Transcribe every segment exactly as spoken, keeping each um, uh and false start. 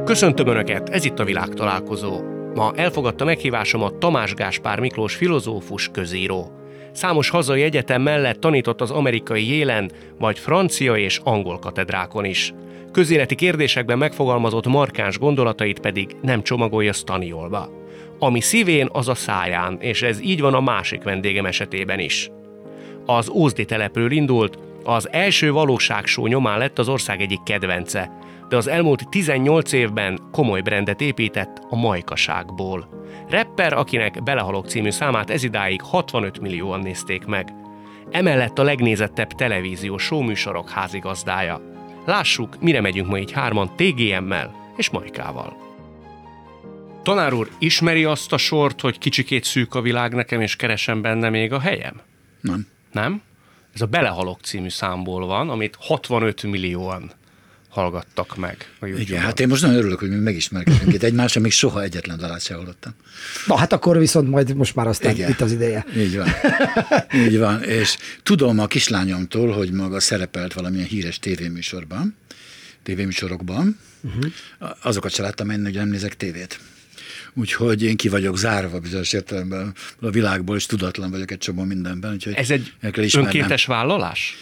Köszöntöm Önöket, ez itt a Világtalálkozó. Ma elfogadta meghívásomat Tamás Gáspár Miklós filozófus, közíró. Számos hazai egyetem mellett tanított az amerikai Yale-en, vagy francia és angol katedrákon is. Közéleti kérdésekben megfogalmazott markáns gondolatait pedig nem csomagolja sztaniolba. Ami szívén, az a száján, és ez így van a másik vendégem esetében is. Az ózdi telepről indult, az első valóságshow nyomán lett az ország egyik kedvence, de az elmúlt tizennyolc évben komoly brandet épített a majkaságból. Rapper, akinek Belehalok című számát ezidáig hatvanöt millióan nézték meg. Emellett a legnézettebb televíziós showműsorok házigazdája. Lássuk, mire megyünk ma így hárman té gé emmel és Majkával. Tanár úr, ismeri azt a sort, hogy kicsikét szűk a világ nekem, és keresem benne még a helyem? Nem. Nem? Ez a Belehalok című számból van, amit hatvanöt millióan hallgattak meg. Igen, hát én most nagyon örülök, hogy mi megismerkedünk itt egymással, még soha egyetlen dalát sem hallottam. Na hát akkor viszont majd most már aztán Igen. itt az ideje. Így van. Így van. És tudom a kislányomtól, hogy maga szerepelt valamilyen híres tévéműsorban, tévéműsorokban. Uh-huh. Azokat se láttam, én ugye nem nézek tévét. Úgyhogy én ki vagyok zárva bizonyos értelemben a világból, és tudatlan vagyok egy csomó mindenben. Úgyhogy ez egy önkéntes vállalás?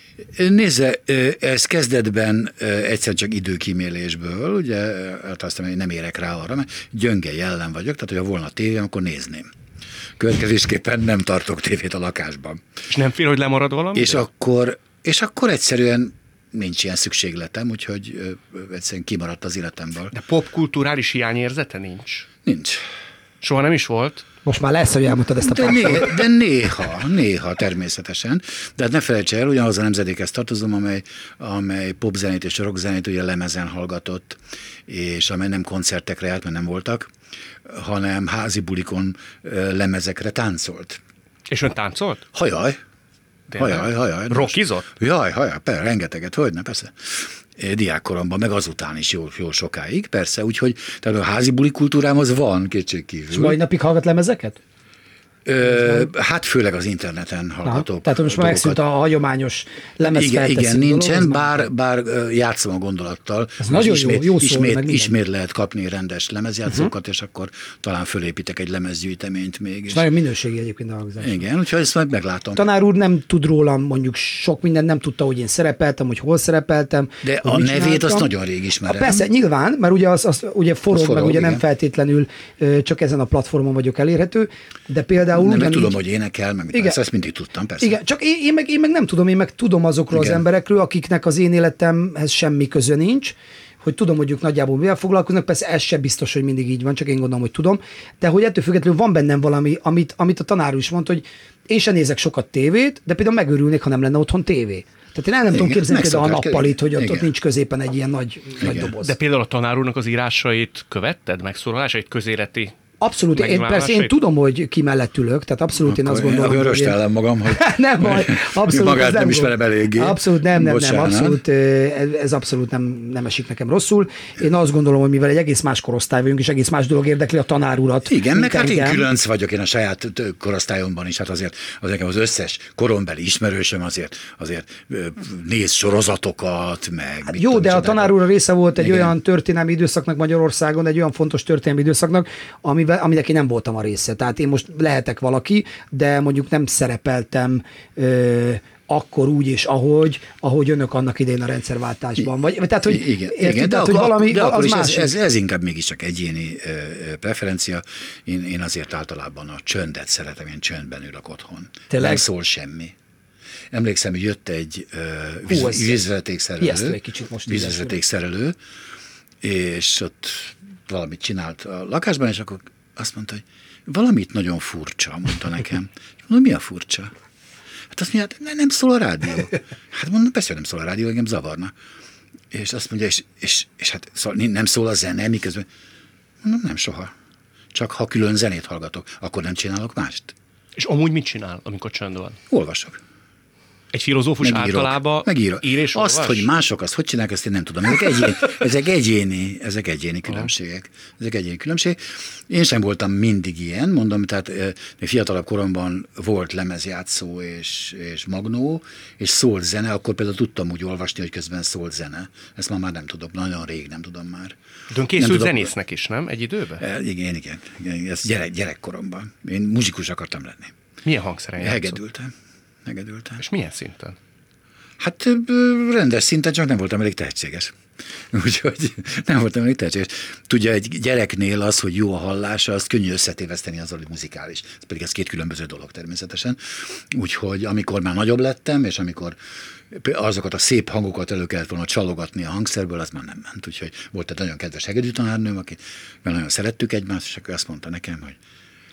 Nézze, ez kezdetben egyszer csak időkímélésből, ugye, hát aztán én nem érek rá arra, mert gyönge jellem vagyok, tehát hogyha volna tévém, akkor nézném. Következésképpen nem tartok tévét a lakásban. És nem fél, hogy lemarad valami? És akkor, és akkor egyszerűen nincs ilyen szükségletem, úgyhogy egyszerűen kimaradt az életemből. De popkulturális hiányérzete nincs? Nincs. Soha nem is volt? Most már lesz, hogy elmondtad ezt a de, né, de néha, néha természetesen. De hát ne felejts el, ugyanaz a nemzedékhez tartozom, amely, amely popzenét és rockzenét ugye lemezen hallgatott, és amely nem koncertekre járt, mert nem voltak, hanem házi bulikon lemezekre táncolt. És ön táncolt? Hajaj. Hajaj, hajaj. Rockizott? Jaj, hajaj, persze, rengeteget, hogyne, persze. Diákkoromban, meg azután is jó, jó sokáig, persze, úgyhogy tehát a házi buli kultúrám az van, kétségkívül. És mai napig hallgat lemezeket? Ö, hát főleg az interneten hallgatok. Aha, tehát most már megszűnt a hagyományos lemezfelteszű Igen, igen dolog, nincsen, bár, bár játszom a gondolattal. Ez nagyon ismét, jó, jó szól, ismét, ismét lehet kapni rendes lemezjátszókat, uh-huh. és akkor talán fölépítek egy lemezgyűjteményt még. És, és nagyon minőségi egyébként a hallgatás. Igen, úgyhogy ezt majd meglátom. Tanár úr nem tud rólam mondjuk sok mindent, nem tudta, hogy én szerepeltem, hogy hol szerepeltem. De a nevét azt nagyon rég ismerem. A persze, nyilván, mert ugye az, az ugye forog, az forog, meg ugye igen. Nem feltétlenül csak ezen a platformon vagyok elérhető, de például nem, ugyanígy... tudom, hogy énekel, meg igen. Ezt mindig tudtam, persze. Igen, csak én, én, meg, én meg nem tudom, én meg tudom azokról igen. az emberekről, akiknek az én életemhez semmi köze nincs, hogy tudom, hogy ők nagyjából mivel foglalkoznak, persze ez sem biztos, hogy mindig így van, csak én gondolom, hogy tudom, de hogy ettől függetlenül van bennem valami, amit, amit a tanár is mondta, hogy én sem nézek sokat tévét, de például megörülnék, ha nem lenne otthon tévé. Tehát én el nem igen, tudom képzelni például a nappalit, hogy ott, ott nincs középen egy ilyen nagy, nagy doboz. De például a tanár úrnak az írásait követted, megszólalásait, közéleti? Abszolút, én persze én tudom, hogy ki mellett ülök, tehát abszolút akkor én azt gondolom, én, hogy... Én magam, hogy nem baj, abszolút magát nem nem ismerem eléggé. Abszolút nem, nem, Bocsánat. nem, abszolút, ez abszolút nem, nem esik nekem rosszul. Én azt gondolom, hogy mivel egy egész más korosztály vagyunk, és egész más dolog érdekli a tanár urat. Igen, meg hát én különc vagyok én a saját korosztályomban is, hát azért az, az összes korombeli ismerősöm azért, azért néz sorozatokat, meg... Hát jó, de a tanár úr része volt egy igen. olyan történelmi időszaknak Magyarországon, egy olyan fontos történelmi időszaknak, amivel, aminek én nem voltam a része. Tehát én most lehetek valaki, de mondjuk nem szerepeltem ö, akkor úgy és ahogy, ahogy önök annak idején a rendszerváltásban. Vagy, tehát, hogy, igen, érti, igen, de, tehát, akkor, hogy valami, de akkor az is más. ez, ez, ez inkább mégiscsak egyéni ö, preferencia. Én, én azért általában a csöndet szeretem, én csöndben ülök otthon. Tényleg? Nem szól semmi. Emlékszem, hogy jött egy uh, víz, vízvezetékszerelő, vízvezetékszerelő, és ott valamit csinált a lakásban, és akkor azt mondta, hogy valamit nagyon furcsa, mondta nekem. Mondom, mi a furcsa? Hát azt mondja, hát nem szól a rádió. Hát mondom, persze nem szól a rádió, engem zavarna. És azt mondja, és, és, és hát szól, nem szól a zene, miközben. Mondom, nem soha. Csak ha külön zenét hallgatok, akkor nem csinálok mást. És amúgy mit csinál, amikor csönd van? Olvasok. Egy filozófus megírok, általában megírok. ír és azt, olvas? hogy mások azt hogy csinálják, azt én nem tudom. Ezek egyéni, ezek egyéni, ezek egyéni különbségek. Ezek egyéni különbségek. Én sem voltam mindig ilyen, mondom, tehát fiatalabb koromban volt lemezjátszó és, és magnó, és szólt zene, akkor például tudtam úgy olvasni, hogy közben szólt zene. Ezt ma már nem tudom, nagyon rég nem tudom már. De ön készült tudom, zenésznek is, nem? Egy időben? Igen, igen. igen ez gyerek, gyerekkoromban. Én muzsikus akartam lenni. Milyen hangszeren játszott? Hegedültem. Hegedültem. És milyen szinten? Hát rendes szinten, csak nem voltam elég tehetséges. Úgyhogy nem voltam elég tehetséges. Tudja, egy gyereknél az, hogy jó a hallása, azt könnyű összetéveszteni azzal, hogy muzikális. Ez pedig ez két különböző dolog természetesen. Úgyhogy amikor már nagyobb lettem, és amikor azokat a szép hangokat elő kellett volna csalogatni a hangszerből, az már nem ment. Úgyhogy volt egy nagyon kedves hegedűtanárnőm, akit nagyon szerettük egymást, és akkor azt mondta nekem, hogy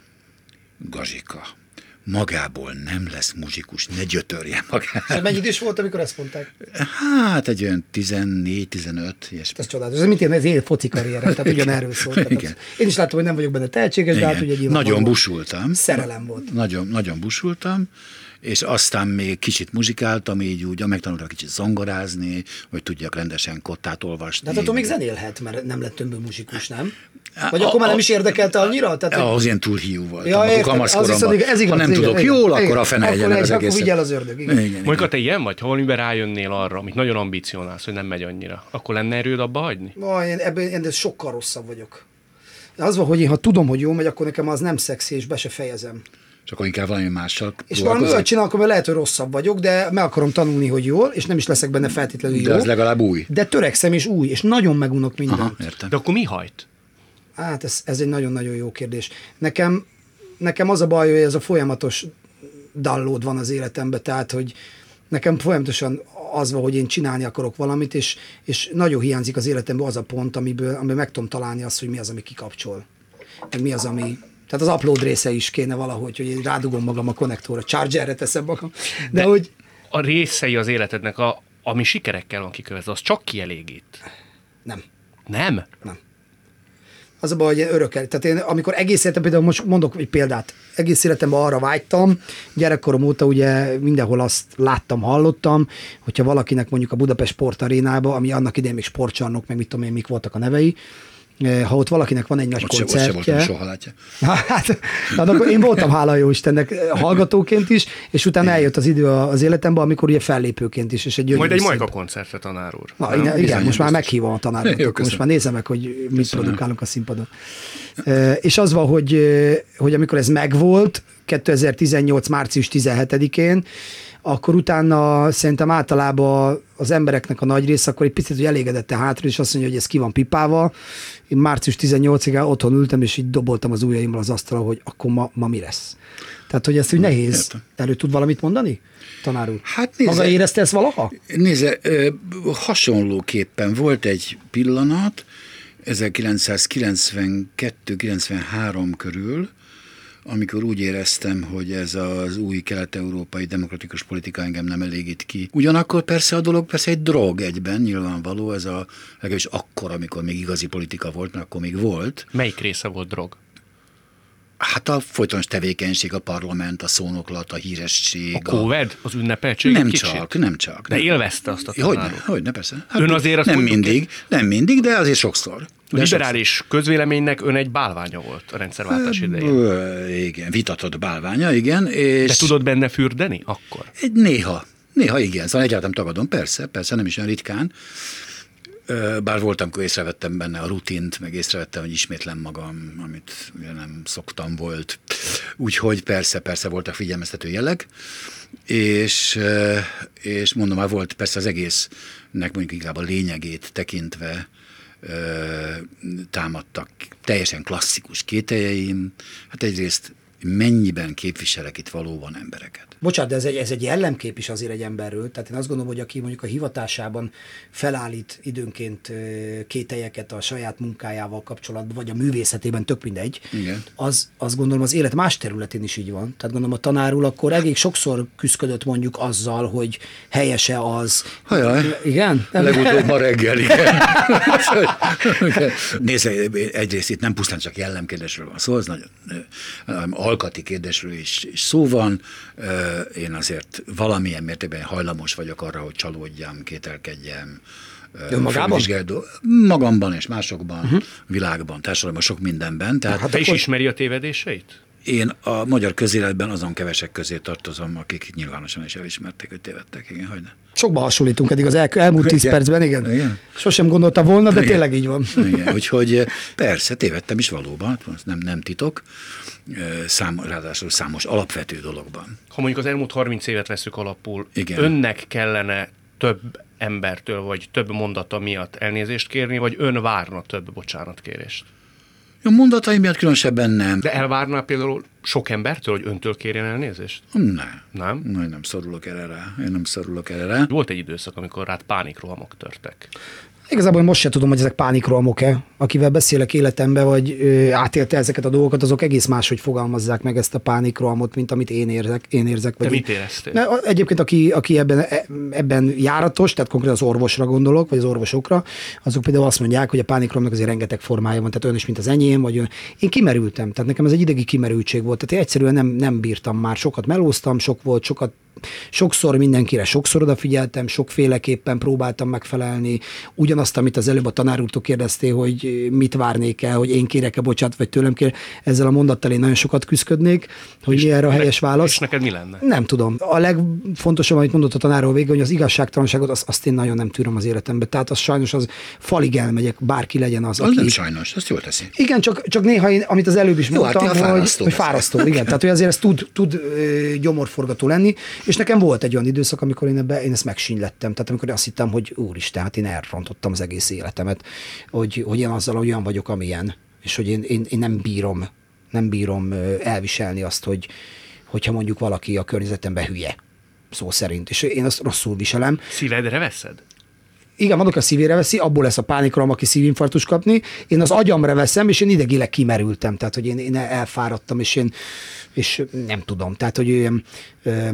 Gazsika, magából nem lesz muzsikus, ne gyötörje magát. És mennyi idős volt, amikor ezt mondták? Hát egy olyan tizennégy tizenöt, ilyesmi. Ez csodálatos. Ez mint én, ez élet foci karrierem, tehát ugyanerről szólt. Én is láttam, hogy nem vagyok benne tehetséges, igen. De hát ugye nagyon busultam. Szerelem volt. Nagyon, nagyon busultam, és aztán még kicsit muzsikáltam, így úgy, megtanultam kicsit zongorázni, hogy tudjak rendesen kottát olvasni. De hát attól még zenélhet, mert nem lett többől muzsikus, nem? Vagy a, akkor már nem is érdekelte annyira? Tehát, ahhoz ilyen túl hiú voltam. Ja, akkor kamaszkoromban, ha nem tudok igen, jól, igen, akkor a fene egyen az egészet. Akkor vigyel az ördög. Mondjuk, te ilyen vagy, ha valamiben rájönnél arra, amit nagyon ambicionálsz, hogy nem megy annyira, akkor lenne erőd abba hagyni? Ma, én ebben én sokkal rosszabb vagyok. Az van, hogy én, ha tudom, hogy jó megy, akkor nekem az nem szexi, és be se fejezem. És akkor inkább valami mással. És valami olyat csinálok, akkor lehet, hogy rosszabb vagyok, de meg akarom tanulni, hogy jól, és nem is leszek benne feltétlenül jó. De az legalább új. De törekszem, és új, és nagyon megunok mindent. Aha, értem. De akkor mi hajt? Hát ez, ez egy nagyon-nagyon jó kérdés. Nekem, nekem az a baj, hogy ez a folyamatos download van az életemben, tehát, hogy nekem folyamatosan az van, hogy én csinálni akarok valamit, és, és nagyon hiányzik az életemben az a pont, amiből, amiből meg tudom találni azt, hogy mi az, ami kikapcsol. Meg mi az, ami... Tehát az upload része is kéne valahogy, hogy én rádugom magam a konnektorra, chargerre teszem magam. De, De hogy... a részei az életednek, a, ami sikerekkel van kikövezve, az csak kielégít? Nem. Nem? Nem. Az a baj, hogy örökkel. Tehát én, amikor egész életem, például most mondok egy példát, egész életemben arra vágytam, gyerekkorom óta ugye mindenhol azt láttam, hallottam, hogyha valakinek mondjuk a Budapest Sportarénába, ami annak idején még sportcsarnok, meg mit tudom én, mik voltak a nevei, ha ott valakinek van egy nagy ott koncertje. Se, ott se voltam soha, látja. Hát, hát akkor én voltam, hála jó Istennek, hallgatóként is, és utána eljött az idő az életemben, amikor ugye fellépőként is. És egy Majd egy Majka koncertre, tanár úr. Na, igen, igen, igen, most már meghívom a tanár úr, most már nézem meg, hogy mit köszönöm. Produkálunk a színpadon. E, és az van, hogy, hogy amikor ez megvolt, kétezer-tizennyolc március tizenhetedikén, akkor utána szerintem általában az embereknek a nagy része akkor egy picit, hogy elégedette hátra, és azt mondja, hogy ez ki van pipálva. Én március tizennyolcadikáig otthon ültem, és így doboltam az ujjaimmal az asztalra, hogy akkor ma, ma mi lesz. Tehát, hogy ezt úgy nehéz. Értem. Elő tud valamit mondani, tanár úr? Hát nézze, maga érezte ezt valaha? Nézze, hasonlóképpen volt egy pillanat, ezerkilencszázkilencvenkettő kilencvenhárom körül, amikor úgy éreztem, hogy ez az új kelet-európai demokratikus politika engem nem elégít ki. Ugyanakkor persze a dolog persze egy drog egyben, nyilvánvaló, ez a legalábbis akkor, amikor még igazi politika volt, mert akkor még volt. Melyik része volt drog? Hát a folytonos tevékenység, a parlament, a szónoklat, a híresség. A kóved? Az ünnepeltség? Nem kicsit? csak, nem csak. De nem. Élvezte azt a tanárot? Hogyne, hogyne, persze. Hát ön azért azt nem mondjuk, mindig, nem mindig, de azért sokszor. A liberális közvéleménynek ön egy bálványa volt a rendszerváltás idején. Igen, vitatott bálványa, igen. És de tudod benne fürdeni akkor? Egy néha, néha igen, szóval egyáltalán tagadom, persze, persze, nem is olyan ritkán. Bár voltam, amikor észrevettem benne a rutint, meg észrevettem, hogy ismétlem magam, amit ugye nem szoktam volt. Úgyhogy persze, persze voltak figyelmeztető jelleg, és, és mondom, már volt persze az egésznek mondjuk inkább a lényegét tekintve támadtak teljesen klasszikus kételjeim. Hát egyrészt mennyiben képviselek itt valóban embereket. Bocsánat, de ez egy, ez egy jellemkép is azért egy emberről. Tehát én azt gondolom, hogy aki mondjuk a hivatásában felállít időnként kételyeket a saját munkájával kapcsolatban, vagy a művészetében, tök mindegy, igen. Az, azt gondolom az élet más területén is így van. Tehát gondolom a tanár úr akkor elég sokszor küzdött mondjuk azzal, hogy helyese az. Hajaj. Igen? Legutóbb ma reggel, igen. Nézd, egyrészt itt nem pusztán csak jellemkérdésről van szó, az nagyon alkati kérdésről is, is szó van. én azért valamilyen mértékben hajlamos vagyok arra, hogy csalódjam, kételkedjem. Önmagában? Magamban és másokban, uh-huh. világban, társadalomban, sok mindenben. Tehát hát te is ismeri a tévedéseit? Én a magyar közéletben azon kevesek közé tartozom, akik nyilvánosan is elismerték, hogy tévedtek. Igen, hogy ne. Sokban hasonlítunk eddig az el, elmúlt tíz percben, igen. igen. Sosem gondolta volna, de igen. tényleg így van. Igen, úgyhogy persze, tévedtem is valóban, nem, nem titok, szám, ráadásul számos alapvető dologban. Ha mondjuk az elmúlt harminc évet veszük alapul, igen. önnek kellene több embertől, vagy több mondata miatt elnézést kérni, vagy ön várna több bocsánatkérést? A mondatai miatt különösebben nem. De elvárna például sok embertől, hogy öntől kérjen elnézést? Nem. Nem? Én nem szorulok erre rá. Én nem szorulok erre rá. Volt egy időszak, amikor rád pánikrohamok törtek. Igazából most se tudom, hogy ezek pánikrohamok-e. Akivel beszélek életemben, vagy ö, átélte ezeket a dolgokat, azok egész máshogy fogalmazzák meg ezt a pánikrohamot, mint amit én érzek. Én érzek vagy. Te mit éreztél? Ne, egyébként, aki, aki ebben, ebben járatos, tehát konkrétan az orvosra gondolok, vagy az orvosokra, azok például azt mondják, hogy a pánikrohamnak azért rengeteg formája van, tehát olyan is, mint az enyém, vagy olyan. Én kimerültem, tehát nekem ez egy idegi kimerültség volt, tehát én egyszerűen nem, nem bírtam már, sokat melóztam, sok volt, sokat sokszor mindenkire sokszor odafigyeltem, sokféleképpen próbáltam megfelelni. Ugyanazt, amit az előbb a tanár úrtól kérdeztél, hogy mit várnék el, hogy én kérek-e bocsánat, vagy tőlem kér. Ezzel a mondattal én nagyon sokat küzdködnék, hogy mi erre a helyes válasz. És neked mi lenne? Nem tudom. A legfontosabb, amit mondott a tanárról végül, hogy az igazságtalanságot, azt, azt én nagyon nem tűröm az életembe. Tehát az sajnos az falig elmegyek, bárki legyen az, az aki... nem sajnos, azt jól teszi. Igen, csak, csak néha én, amit az előbb is jó, mondtam, hát hogy, hogy fárasztó. Igen, tehát hogy azért ez tud, tud gyomorforgató lenni, és nekem volt egy olyan időszak, amikor én, ebbe, én ezt megsínlettem. Tehát amikor azt hittem, hogy úristen, hát én elrontottam az egész életemet, hogy, hogy én azzal olyan vagyok, amilyen, és hogy én, én, én nem bírom, nem bírom elviselni azt, hogy, hogyha mondjuk valaki a környezetemben hülye, szó szerint. És én azt rosszul viselem. Szívedre veszed? Igen, vannak a szívére veszi, abból lesz a pánikroham, aki szívinfarktus kapni. Én az agyamra veszem, és én idegileg kimerültem. Tehát, hogy én, én elfáradtam, és én és nem tudom. Tehát, hogy olyan, ö,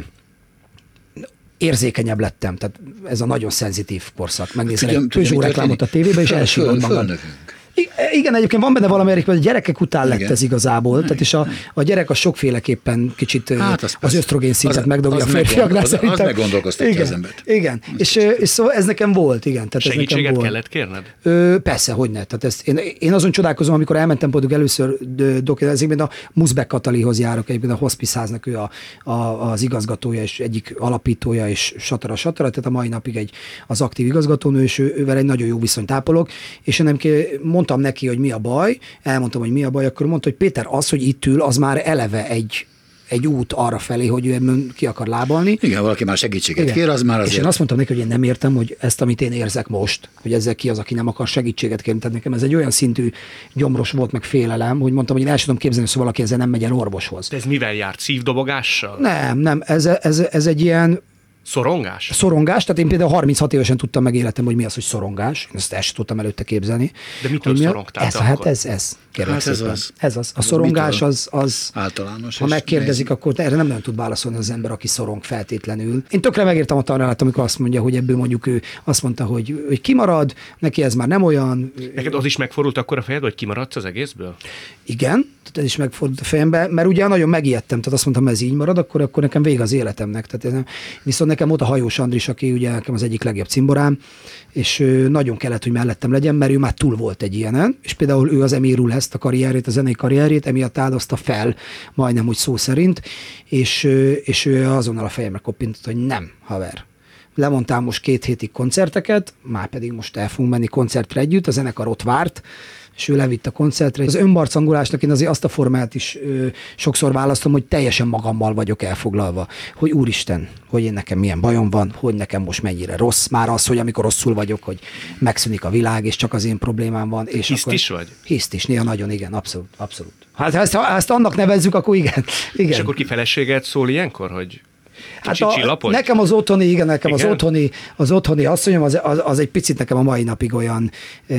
érzékenyebb lettem. Tehát ez a nagyon szenzitív korszak. Megnézel egy Peugeot reklámot a tévében, és elsírod magad. Igen, egyébként van benne valami, hogy a gyerekek után lett ez igazából, igen. Tehát és a, a gyerek a sokféleképpen kicsit hát az, az ösztrogén szintet megdobja a férfiaknál szerintem. Az meggondolkoztatja az embert. Igen, és, és szóval ez nekem volt, igen. Tehát segítséget ez nekem kellett kérned? Ö, persze, hogyne. Tehát ezt, én, én azon csodálkozom, amikor elmentem például először ezekben a Muszbek Katalihoz járok, egyébként a hospice háznak ő a, a, az igazgatója, és egyik alapítója, és satara, satara, tehát a mai napig egy, az aktív igazgatónő, és ő, ővel egy nagyon jó viszonyt ápolok, és én nem mondtam neki, hogy mi a baj, elmondtam, hogy mi a baj, akkor mondta, hogy Péter, az, hogy itt ül, az már eleve egy, egy út arra felé, hogy ő ebből ki akar lábalni. Igen, valaki már segítséget igen. kér, az már azért. És én azt mondtam neki, hogy én nem értem, hogy ezt, amit én érzek most, hogy ezzel ki az, aki nem akar segítséget kérni. Tehát nekem ez egy olyan szintű gyomros volt, meg félelem, hogy mondtam, hogy én el sem tudom képzelni, hogy valaki ezzel nem megy el orvoshoz. De ez mivel járt? Szívdobogással? Nem, nem, ez, ez, ez egy ilyen szorongás? Szorongás, tehát én például harminchat évesen tudtam meg életem, hogy mi az, hogy szorongás. Én ezt el sem tudtam előtte képzelni. De mitől szorongtál? Ez, hát ez, ez. Hát ez az. Ez az. A szorongás az, az általános. Ha megkérdezik, akkor erre nem nagyon tud válaszolni az ember, aki szorong feltétlenül. Én tökre megértem a tanárát, amikor azt mondja, hogy ebből mondjuk ő azt mondta, hogy, hogy kimarad, neki ez már nem olyan. Neked az is megfordult akkor a fejed, hogy kimaradsz az egészből? Igen, tehát ez is megfordult a fejembe, mert ugye nagyon megijedtem, tehát azt mondtam, ez így marad, akkor, akkor nekem vége az életemnek. Tehát ez, viszont nekem ott a Hajós Andris, aki ugye nekem az egyik legjobb cimborám, és nagyon kellett, hogy mellettem legyen, mert ő már túl volt egy ilyenen, és például ő az Emírul ezt a karrierét, a zenei karrierét, emiatt áldozta fel, majdnem úgy szó szerint, és, és ő azonnal a fejemre koppintott, hogy nem, haver. Lemondtál most két hétig koncerteket, már pedig most el fogunk menni koncertre együtt, a zenekar ott várt, és ő levitt a koncertre. Az önbarcangolásnak én azért azt a formát is ö, sokszor választom, hogy teljesen magammal vagyok elfoglalva. Hogy úristen, hogy én nekem milyen bajom van, hogy nekem most mennyire rossz. Már az, hogy amikor rosszul vagyok, hogy megszűnik a világ, és csak az én problémám van. És hiszt akkor, is vagy? Hiszt is, néha nagyon, igen, abszolút. abszolút. Hát ha ezt, ha ezt annak nevezzük, akkor igen. igen. És akkor ki feleséget szól ilyenkor, hogy hát a, nekem az otthoni, igen, nekem igen? az otthoni, az otthoni asszonyom, az, az, az egy picit nekem a mai napig olyan e,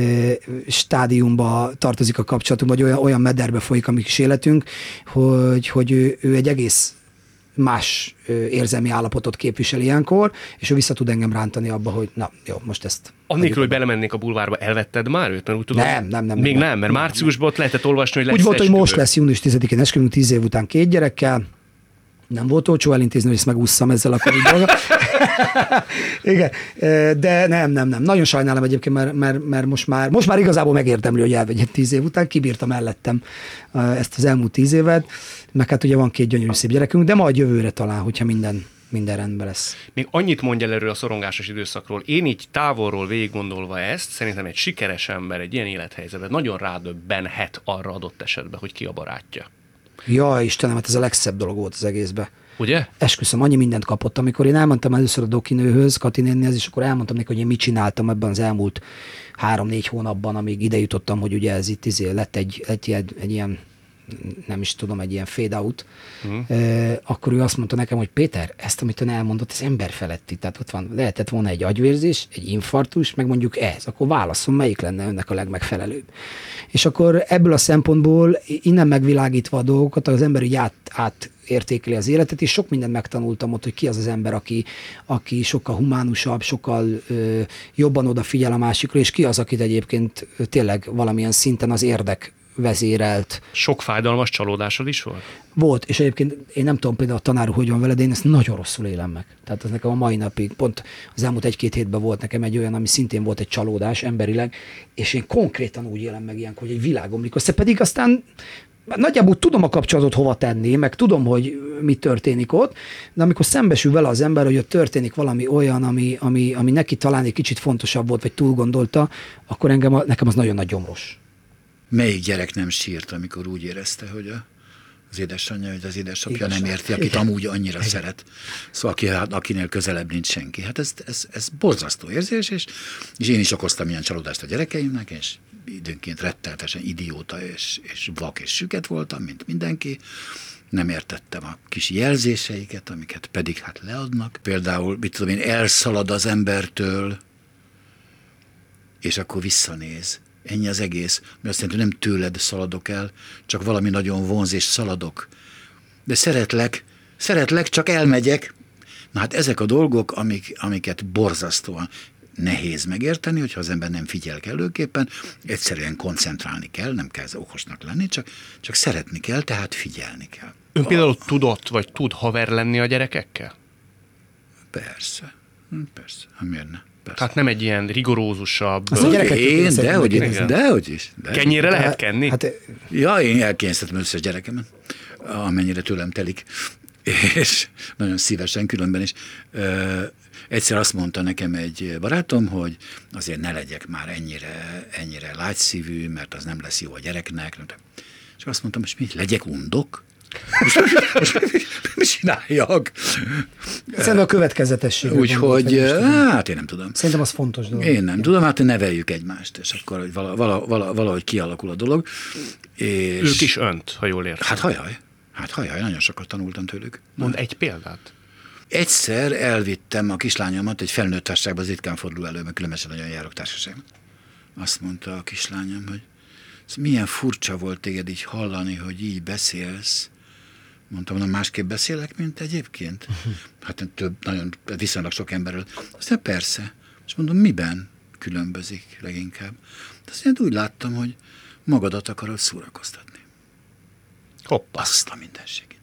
stádiumba tartozik a kapcsolatunk, vagy olyan, olyan mederbe folyik a mi kis életünk, hogy, hogy ő, ő egy egész más érzelmi állapotot képvisel ilyenkor, és ő vissza tud engem rántani abba, hogy na, jó, most ezt... Annélkül, hogy belemennék a bulvárba, elvetted már őt? Mert úgy tudom, nem, nem, nem. Még nem, nem mert márciusban ott lehetett olvasni, hogy lesz úgy volt, esküvő. Hogy most lesz június tizedikén esküvünk tíz év után két gyerekkel, Nem volt olcsó elintézni, hogy ezt megússzam ezzel a Covid dolga. Igen, de nem, nem, nem. Nagyon sajnálom egyébként, mert, mert, mert most, már, most már igazából megérdemli, hogy elvegyek tíz év után. Kibírta mellettem ezt az elmúlt tíz évet, meg hát ugye van két gyönyörű szép gyerekünk, de majd jövőre talán, hogyha minden, minden rendben lesz. Még annyit mondja erről a szorongásos időszakról. Én így távolról végig gondolva ezt, szerintem egy sikeres ember egy ilyen élethelyzetben nagyon rádöbbenhet arra adott esetben, hogy ki a barátja. Ja, Istenem, hát ez a legszebb dolog volt az egészben. Ugye? Esküszöm, annyi mindent kapott. Amikor én elmentem először a dokinőhöz, Kati nénihez, és akkor elmondtam neki, hogy én mit csináltam ebben az elmúlt három-négy hónapban, amíg ide jutottam, hogy ugye ez itt izé lett egy, egy, egy, egy ilyen, nem is tudom, egy ilyen fade out, uh-huh. e, akkor ő azt mondta nekem, hogy Péter, ezt, amit ön elmondott, ez ember feletti. Tehát ott van, lehetett volna egy agyvérzés, egy infarktus, meg mondjuk ez. Akkor válaszol, melyik lenne önnek a legmegfelelőbb. És akkor ebből a szempontból innen megvilágítva a dolgokat, az ember így át, át értékeli az életet, és sok mindent megtanultam ott, hogy ki az az ember, aki, aki sokkal humánusabb, sokkal ö, jobban odafigyel a másikra, és ki az, akit egyébként tényleg valamilyen szinten az érdek vezérelt. Sok fájdalmas csalódásod is volt? Volt, és egyébként én nem tudom például a tanár hogy van veled, de én ezt nagyon rosszul élem meg. Tehát ez nekem a mai napig, pont az elmúlt egy-két hétben volt nekem egy olyan, ami szintén volt egy csalódás emberileg, és én konkrétan úgy élem meg ilyenkor, hogy egy világomlik össze, pedig aztán nagyjából tudom a kapcsolatot hova tenni, meg tudom, hogy mi történik ott, de amikor szembesül vele az ember, hogy ott történik valami olyan, ami, ami, ami neki talán egy kicsit fontosabb volt, vagy túl gondolta, akkor engem, nekem az nagyon nagy gyomros. Melyik gyerek nem sírt, amikor úgy érezte, hogy a, az édesanyja, hogy az édesapja Igazság. nem érti, akit Igen. amúgy annyira Igen. szeret. Szóval aki, akinél közelebb nincs senki. Hát ez, ez, ez borzasztó érzés, és, és én is okoztam ilyen csalódást a gyerekeimnek, és időnként retteltesen idióta, és, és vak és süket voltam, mint mindenki. Nem értettem a kis jelzéseiket, amiket pedig hát leadnak. Például, mit tudom én, elszalad az embertől, és akkor visszanéz. Ennyi az egész, mert azt jelenti, hogy nem tőled szaladok el, csak valami nagyon vonz, és szaladok. De szeretlek, szeretlek, csak elmegyek. Na hát ezek a dolgok, amik, amiket borzasztóan nehéz megérteni, hogyha az ember nem figyel kellőképpen, egyszerűen koncentrálni kell, nem kell okosnak lenni, csak, csak szeretni kell, tehát figyelni kell. Ön például tudott, vagy tud haver lenni a gyerekekkel? Persze, persze, ha miért ne? Persze. Tehát nem egy ilyen rigorózusabb... Az a gyerekek én, dehogy is, igen. dehogy is. Dehogy. Kenyérre lehet kenni? Hát, Ja, én elkényeztetem összes gyerekemet, amennyire tőlem telik, és nagyon szívesen, különben is. Ö, egyszer azt mondta nekem egy barátom, hogy azért ne legyek már ennyire, ennyire lágyszívű, mert az nem lesz jó a gyereknek. És azt mondtam, hogy mit, legyek undok? Most mit csináljak? Szerintem a következetesség. Úgyhogy, hát én nem tudom. Szerintem az fontos dolog. Én nem tudom, hát neveljük egymást, és akkor hogy vala, vala, vala, valahogy kialakul a dolog. És ők is önt, ha jól értem. Hát hajaj, hát hajaj, nagyon sokat tanultam tőlük. Mond egy példát. Egyszer elvittem a kislányomat egy felnőtt társaságba, az ritkán fordul elő, mert különösen nagyon járok társaságban. Azt mondta a kislányom, hogy milyen furcsa volt téged így hallani, hogy így beszélsz. Mondtam, na másképp beszélek, mint egyébként? Hát több, nagyon, viszonylag sok emberről. Aztán persze. És mondom, miben különbözik leginkább? Azt úgy láttam, hogy magadat akarod szórakoztatni. Hoppá. Azt a mindenségét.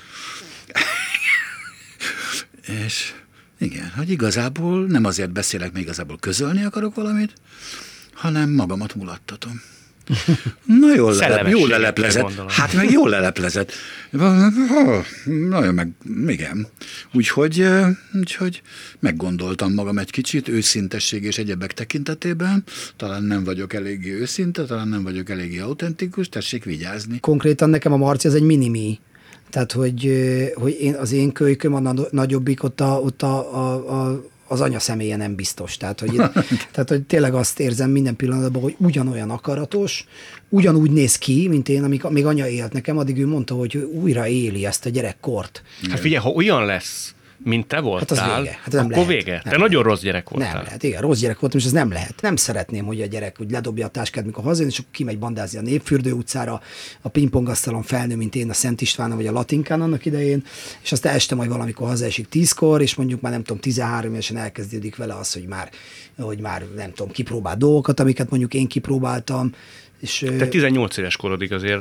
És igen, hogy igazából nem azért beszélek, mert igazából közölni akarok valamit, hanem magamat mulattatom. Na jól, lelep, jól leleplezett. Hát meg jól leleplezett. Nagyon meg, igen. Úgyhogy, úgyhogy meggondoltam magam egy kicsit, őszintesség és egyebek tekintetében. Talán nem vagyok eléggé őszinte, talán nem vagyok eléggé autentikus, tessék vigyázni. Konkrétan nekem a Marci az egy mini-mi. Tehát, hogy, hogy én, az én kölyköm, a nagyobbik, ott, a, ott a, a, a, az anya személye nem biztos. Tehát hogy, itt, tehát, hogy tényleg azt érzem minden pillanatban, hogy ugyanolyan akaratos, ugyanúgy néz ki, mint én, amíg, amíg anya élt nekem, addig ő mondta, hogy újra éli ezt a gyerekkort. Hát figyelj, ha olyan lesz, mint te voltál, hát az vége. Hát akkor lehet. Vége. Nem te lehet. Nagyon rossz gyerek voltál. Nem lehet, igen, rossz gyerek voltam, és ez nem lehet. Nem szeretném, hogy a gyerek úgy ledobja a táskát, mikor hazajön, és akkor kimegy bandázni a Népfürdő utcára, a pingpongasztalon felnő, mint én a Szent Istvánon, vagy a Latinkán annak idején, és aztán este majd valamikor hazaesik tízkor, és mondjuk már nem tudom, tizenhárom évesen elkezdődik vele az, hogy már, hogy már nem tudom, kipróbál dolgokat, amiket mondjuk én kipróbáltam. És, te tizennyolc éves korodig azért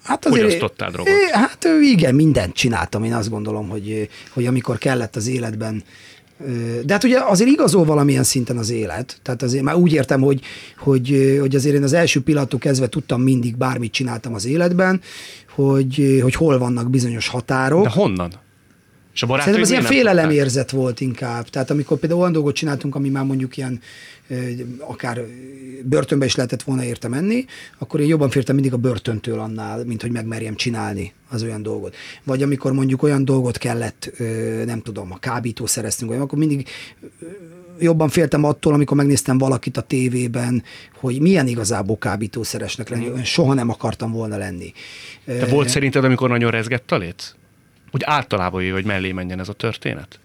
Hát azért, fogyasztottál drogot? Hát igen, mindent csináltam. Én azt gondolom, hogy, hogy amikor kellett az életben. De hát ugye azért igazol valamilyen szinten az élet. Tehát azért már úgy értem, hogy, hogy, hogy azért én az első pillanattól kezdve tudtam mindig, bármit csináltam az életben, hogy, hogy hol vannak bizonyos határok. De honnan? És a Szerintem ez ilyen félelemérzet volt inkább. Tehát amikor például olyan dolgot csináltunk, ami már mondjuk ilyen akár börtönbe is lehetett volna érte menni, akkor én jobban féltem mindig a börtöntől annál, mint hogy megmerjem csinálni az olyan dolgot. Vagy amikor mondjuk olyan dolgot kellett, nem tudom, a kábítószereztünk, vagy akkor mindig jobban féltem attól, amikor megnéztem valakit a tévében, hogy milyen igazából kábítószeresnek lenni. Soha nem akartam volna lenni. Te volt szerinted, amikor nagyon rezgett a léc? Úgy általában jöjj, hogy mellé menjen ez a történet?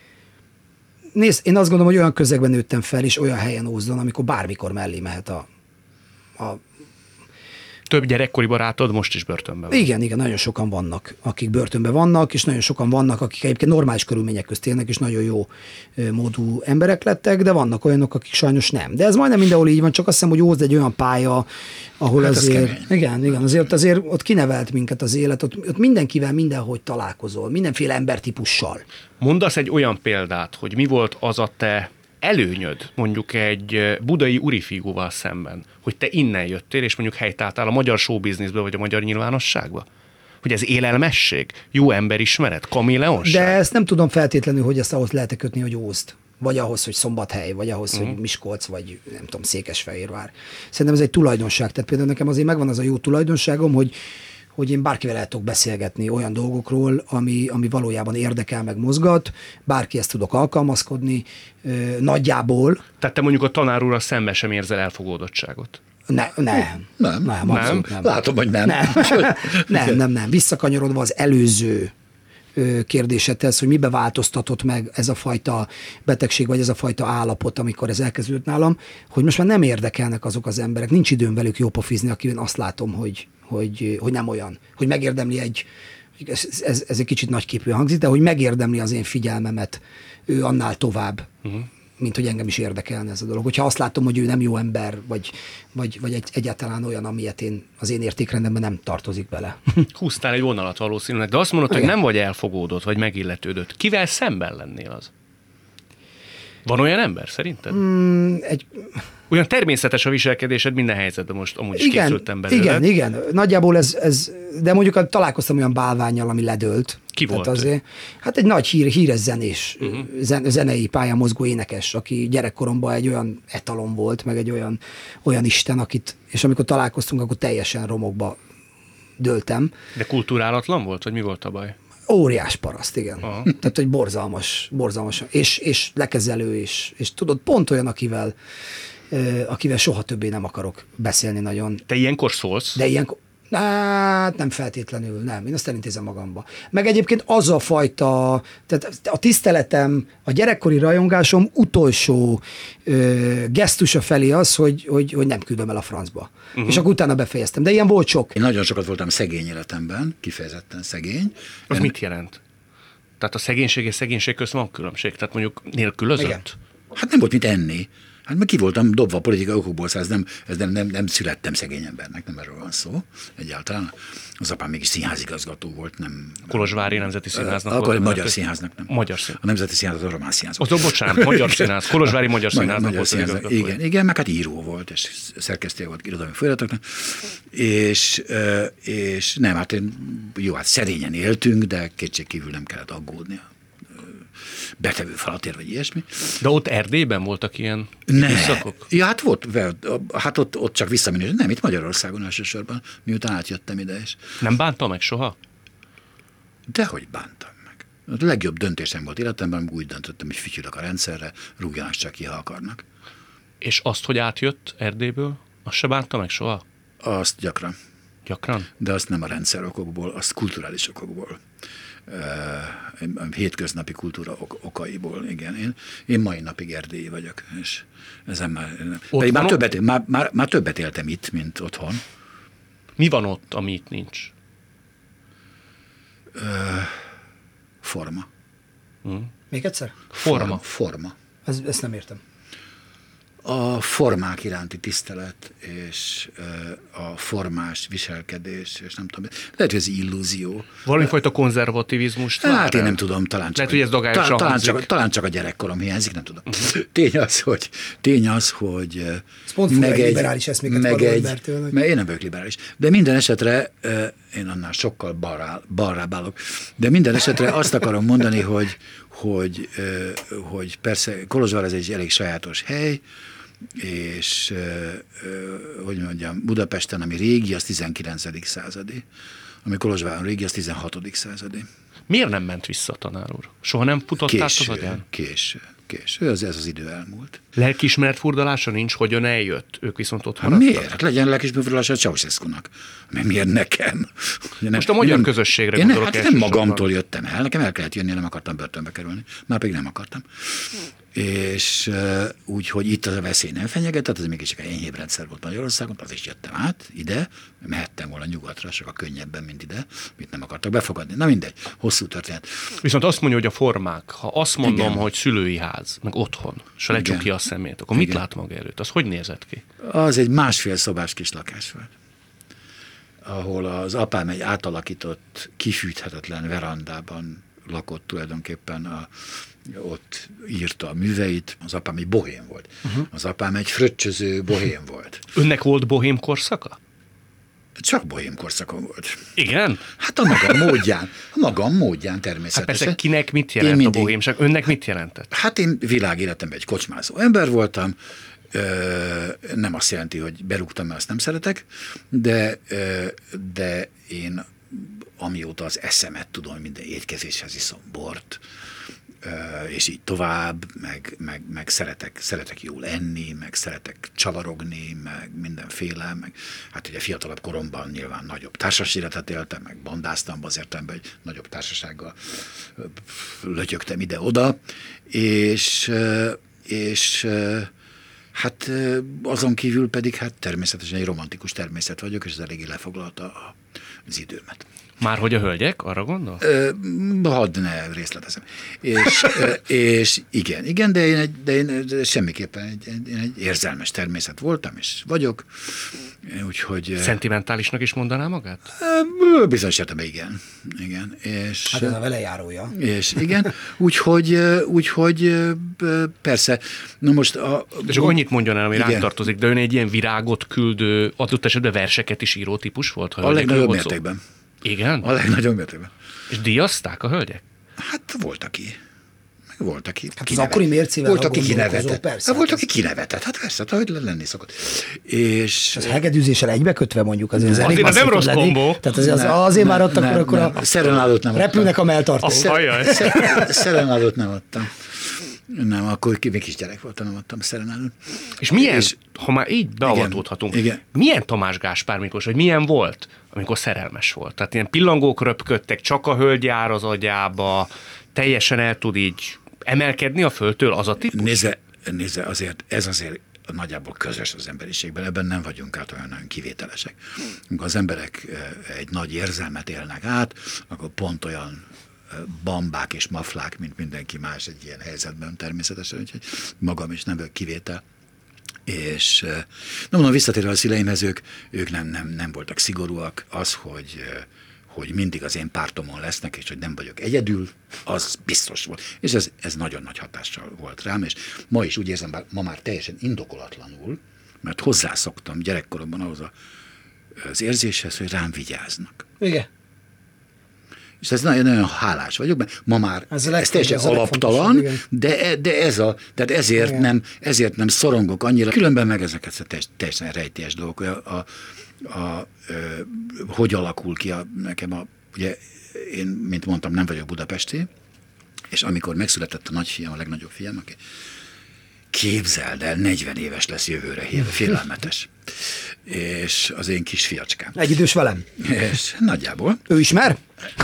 Nézd, én azt gondolom, hogy olyan közegben nőttem fel, és olyan helyen ózdon, amikor bármikor mellé mehet a... a... Több gyerekkori barátod most is börtönben van. Igen, igen, nagyon sokan vannak, akik börtönben vannak, és nagyon sokan vannak, akik egyébként normális körülmények közt élnek, és nagyon jó módú emberek lettek, de vannak olyanok, akik sajnos nem. De ez majdnem mindenhol így van, csak azt hiszem, hogy Ózd egy olyan pálya, ahol hát azért... Igen, igen, azért azért ott kinevelt minket az élet, ott, ott mindenkivel mindenhogy találkozol, mindenféle embertípussal. Mondasz egy olyan példát, hogy mi volt az a te előnyöd mondjuk egy budai úrifigúval szemben, hogy te innen jöttél, és mondjuk helytáltál a magyar showbizniszbe, vagy a magyar nyilvánosságba? Hogy ez élelmesség, jó emberismeret, kameleonság? De ezt nem tudom feltétlenül, hogy ezt ahhoz lehet kötni, hogy Ózd. Vagy ahhoz, hogy Szombathely, vagy ahhoz, uh-huh. hogy Miskolc, vagy nem tudom, Székesfehérvár. Szerintem ez egy tulajdonság. Tehát például nekem azért megvan az a jó tulajdonságom, hogy hogy én bárkivel el tudok beszélgetni olyan dolgokról, ami, ami valójában érdekel, meg mozgat, bárkihez tudok alkalmazkodni, nagyjából. Tehát te mondjuk a tanár úrral szemben sem érzel elfogódottságot? Ne, nem. Nem. Nem, nem. nem. Látom, hogy nem. Nem, nem, nem, nem. Visszakanyarodva az előző kérdésedhez, hogy mibe változtatott meg ez a fajta betegség, vagy ez a fajta állapot, amikor ez elkezdődött nálam, hogy most már nem érdekelnek azok az emberek, nincs időm velük jópofizni, akiben azt látom, hogy, hogy, hogy nem olyan, hogy megérdemli egy, ez, ez, ez egy kicsit nagyképűen hangzik, de hogy megérdemli az én figyelmemet ő annál tovább, uh-huh. mint hogy engem is érdekelne ez a dolog. Hogyha azt látom, hogy ő nem jó ember, vagy, vagy, vagy egy, egyáltalán olyan, amilyet én az én értékrendemben nem tartozik bele. Húztál egy vonalat valószínűleg, de azt mondod, igen, hogy nem vagy elfogódott, vagy megilletődött. Kivel szemben lennél az? Van olyan ember szerinted? Mm, egy... Olyan természetes a viselkedésed minden helyzetben, most amúgy is igen, készültem belőle. Igen, igen. Nagyjából ez, ez, de mondjuk találkoztam olyan bálvánnyal, ami ledőlt. Ki volt? Azért, hát egy nagy hír, híres zenés, uh-huh. zen, zenei pályán mozgó énekes, aki gyerekkoromban egy olyan etalon volt, meg egy olyan, olyan isten, akit, és amikor találkoztunk, akkor teljesen romokba dőltem. De kulturálatlan volt, vagy mi volt a baj? Óriás paraszt, igen. Aha. Tehát, hogy borzalmas, borzalmas, és, és lekezelő, és, és tudod, pont olyan, akivel, akivel soha többé nem akarok beszélni nagyon. Te ilyenkor szólsz? De ilyenkor, hát nem feltétlenül, nem. Én azt elintézem magamba. Meg egyébként az a fajta, tehát a tiszteletem, a gyerekkori rajongásom utolsó ö, gesztusa felé az, hogy, hogy, hogy nem küldöm el a francba. Uh-huh. És akkor utána befejeztem. De ilyen volt sok. Én nagyon sokat voltam szegény életemben, kifejezetten szegény. Az Én... mit jelent? Tehát a szegénység és szegénység közt van különbség? Tehát mondjuk nélkülözött? Igen. Hát nem volt mit enni. Hát meg ki voltam dobva a politikai okokból, szóval ez nem, ez nem, nem, nem születtem szegény embernek, nem erről van szó egyáltalán. Az apám mégis színházigazgató volt, nem... Kolozsvári Nemzeti Színháznak akkor volt. Akkor magyar színháznak, nem. Magyar színház. A Nemzeti Színház az a román színház. Az, bocsánat, magyar színház. Kolozsvári magyar színháznak magyar volt. Színház, igen, igen, meg hát író volt, és szerkesztője volt irodalmi folyamatoknak. És, és nem, hát én, jó, hát szerényen éltünk, de kétségkívül nem kellett aggódni. Betevő falatért, vagy ilyesmi. De ott Erdélyben voltak ilyen időszakok? Ja, hát volt, hát ott, ott csak visszamenő. Nem, itt Magyarországon elsősorban, miután átjöttem ide is. Nem bánta meg soha? Dehogy bántam meg. A legjobb döntésem volt életemben, amikor úgy döntöttem, hogy fütyülök a rendszerre, rúgjanak csak ki, ha akarnak. És azt, hogy átjött Erdélyből, azt se bánta meg soha? Azt gyakran. Gyakran? De azt nem a rendszer okokból, azt kulturális okokból. Uh, hétköznapi kultúra ok- okaiból, igen. Én, én mai napig erdélyi vagyok, és ezen már, már, többet, már, már, már többet éltem itt, mint otthon. Mi van ott, ami itt nincs? Uh, forma. Hmm. Még egyszer? Forma. Forma. Ez, ezt nem értem. a formák iránti tisztelet, és a formás viselkedés, és nem tudom, lehet, hogy ez illúzió. Valamifajta konzervativizmus? Hát én nem tudom, talán csak, lehet, hogy ez talán, talán, csak, talán csak a gyerekkorom hiányzik, nem tudom. Uh-huh. Tény az, hogy, tény az, hogy meg egy liberális eszméket meg egy, mert én nem vagyok liberális, de minden esetre én annál sokkal balrá, balrább állok, de minden esetre azt akarom mondani, hogy, hogy, hogy persze Kolozsvár ez egy elég sajátos hely, és hogy mondjam, Budapesten, ami régi, az tizenkilencedik századi, ami Kolozsváron régi, az tizenhatodik századi. Miért nem ment vissza, tanár úr? Soha nem futották az agyán? Késő, késő, ez, ez az idő elmúlt. Lelkiismeret furdalása nincs, hogyan eljött? Ők viszont ott hát miért? Hát legyen lelkiismeret furdalása a Ceausescunak. Miért nekem? Most a magyar nem, közösségre én gondolok. Ne, hát nem magamtól jöttem el, nekem el kellett jönni, nem akartam börtönbe kerülni. Már pedig nem akartam. És uh, úgy, hogy itt az a veszély nem fenyeget, tehát ez mégis egy enyhébb rendszer volt Magyarországon, az is jöttem át ide, mehettem volna nyugatra, sokkal könnyebben, mint ide, mit nem akartak befogadni. Na mindegy, hosszú történet. Viszont azt mondja, hogy a formák, ha azt mondom, igen, hogy szülői ház, meg otthon, és lecsuk ki a szemét, akkor igen, mit lát maga előtt? Az hogy nézett ki? Az egy másfél szobás kis lakás volt, ahol az apám egy átalakított, kifűthetetlen verandában lakott tulajdonképpen, a, ott írta a műveit. Az apám egy bohém volt. Uh-huh. Az apám egy fröccsöző bohém volt. Önnek volt bohém korszaka? Csak bohém korszakom volt. Igen? Hát a magam módján. A magam módján természetesen. Hát persze, kinek mit jelent mindig, a bohémság? Önnek mit jelentett? Hát én világéletemben egy kocsmázó ember voltam. Ö, nem azt jelenti, hogy berúgtam, mert azt nem szeretek, de, ö, de én amióta az eszemet tudom, minden étkezéshez iszom bort, és így tovább, meg, meg, meg szeretek, szeretek jól enni, meg szeretek csavarogni, meg mindenféle, meg hát ugye fiatalabb koromban nyilván nagyobb társas életet éltem, meg bandáztam az értelemben, hogy nagyobb társasággal lötyögtem ide-oda, és, és hát azon kívül pedig hát természetesen egy romantikus természet vagyok, és ez eléggé lefoglalta az időmet. Már hogy a hölgyek, arra gondol? Hadd ne részletezem. És, és igen, igen, de én, egy, de én de semmiképpen egy, én egy érzelmes természet voltam, és vagyok, úgyhogy... Szentimentálisnak is mondaná magát? Bizonyos értelemben igen. igen. És, hát ez a velejárója. És igen, úgyhogy, úgyhogy persze, na most... A, de csak annyit mondjon el, ami ránk tartozik, de ön egy ilyen virágot küldő, adott esetben verseket is író típus volt? Ha a legnagyobb mértékben. Igen? A legnagyobb mértékben. És díjazták a hölgyek? Hát volt, aki. Volt, aki hát az akkori mércével volt, aki kinevetett. Persze. Hát volt, aki kinevetett. Hát persze, ahogy lenni szokott. És... az hegedűzéssel egybekötve mondjuk azért az elég az nem rossz kombó. Tehát azért, az, azért már ott akkor, akkor a szerenádót nem repülnek a melltartók. Szerenádót nem adtam. Nem, akkor még kis gyerek voltam, nem adtam szerenádót. És milyen, és, ha már így beavatódhatunk, igen, milyen Tamás Gáspár Miklós, vagy milyen volt, amikor szerelmes volt? Tehát ilyen pillangók röpködtek, csak a hölgy jár az agyába, teljesen el tud így emelkedni a földtől, az a típus? Nézze, nézze, azért ez azért nagyjából közös az emberiségben, ebben nem vagyunk át olyan nagyon kivételesek. Amikor az emberek egy nagy érzelmet élnek át, akkor pont olyan bambák és maflák, mint mindenki más egy ilyen helyzetben természetesen, úgyhogy magam is nem vagyok kivétel. És nem mondom, visszatérve a szüleimhez, ők, ők nem, nem, nem voltak szigorúak. Az, hogy, hogy mindig az én pártomon lesznek, és hogy nem vagyok egyedül, az biztos volt. És ez, ez nagyon nagy hatással volt rám, és ma is úgy érzem, bár ma már teljesen indokolatlanul, mert hozzászoktam gyerekkoromban ahhoz a, az érzéshez, hogy rám vigyáznak. Igen. És ez nagyon, nagyon hálás vagyok, mert ma már ez, ez teljesen alaptalan, de, de ez a, tehát ezért nem, ezért nem szorongok annyira. Különben meg ezeket teljesen rejtélyes dolgok, a, a, a, a, hogy alakul ki a, nekem a, ugye én, mint mondtam, nem vagyok budapesti, és amikor megszületett a nagyfiam, a legnagyobb fiam, aki képzeld el, negyven éves lesz jövőre, félelmetes. És az én kis fiacskám. Egy idős velem. És nagyjából. Ő ismer?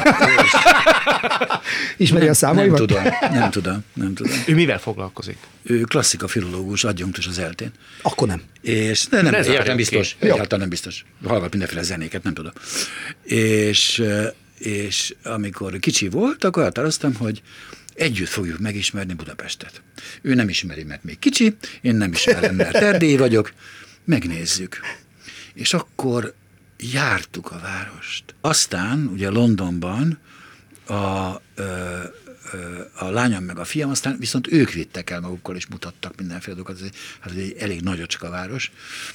Ismeri a számaimat? Nem tudom, nem tudom, nem tudom. Ő mivel foglalkozik? Ő klasszika filológus, adjunktus az eltén. Akkor nem. És de nem, nem, nem biztos, egyáltalán nem biztos. Hallgat mindenféle zenéket, nem tudom. És, és amikor kicsi volt, akkor elhatároztam, hogy, együtt fogjuk megismerni Budapestet. Ő nem ismeri, mert még kicsi, én nem ismerem, mert erdélyi vagyok, megnézzük. És akkor jártuk a várost. Aztán ugye Londonban a, a, a lányom meg a fiam, aztán viszont ők vittek el magukkal, és mutattak mindenféle dolgokat. Ez egy, hát egy elég nagyocska város,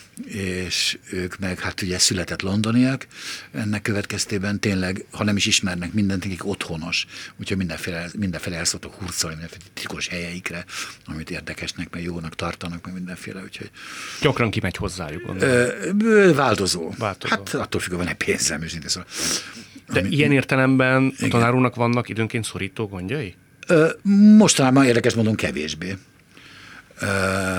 és ők meg, hát ugye született londoniak, ennek következtében tényleg, ha nem is ismernek mindent, nekik otthonos, úgyhogy mindenféle, mindenféle el szoktak hurcolni, mindenféle titkos helyeikre, amit érdekesnek, meg jónak tartanak, meg mindenféle, úgyhogy... Gyakran kimegy hozzájuk, gondolom. Változó. Változó. Hát attól függ, van-e pénzem, őszintén szóval. De ami, ilyen értelemben igen. A tanár úrnak vannak időnként szorító gondjai? Ö, mostanában érdekes módon kevésbé. Ö,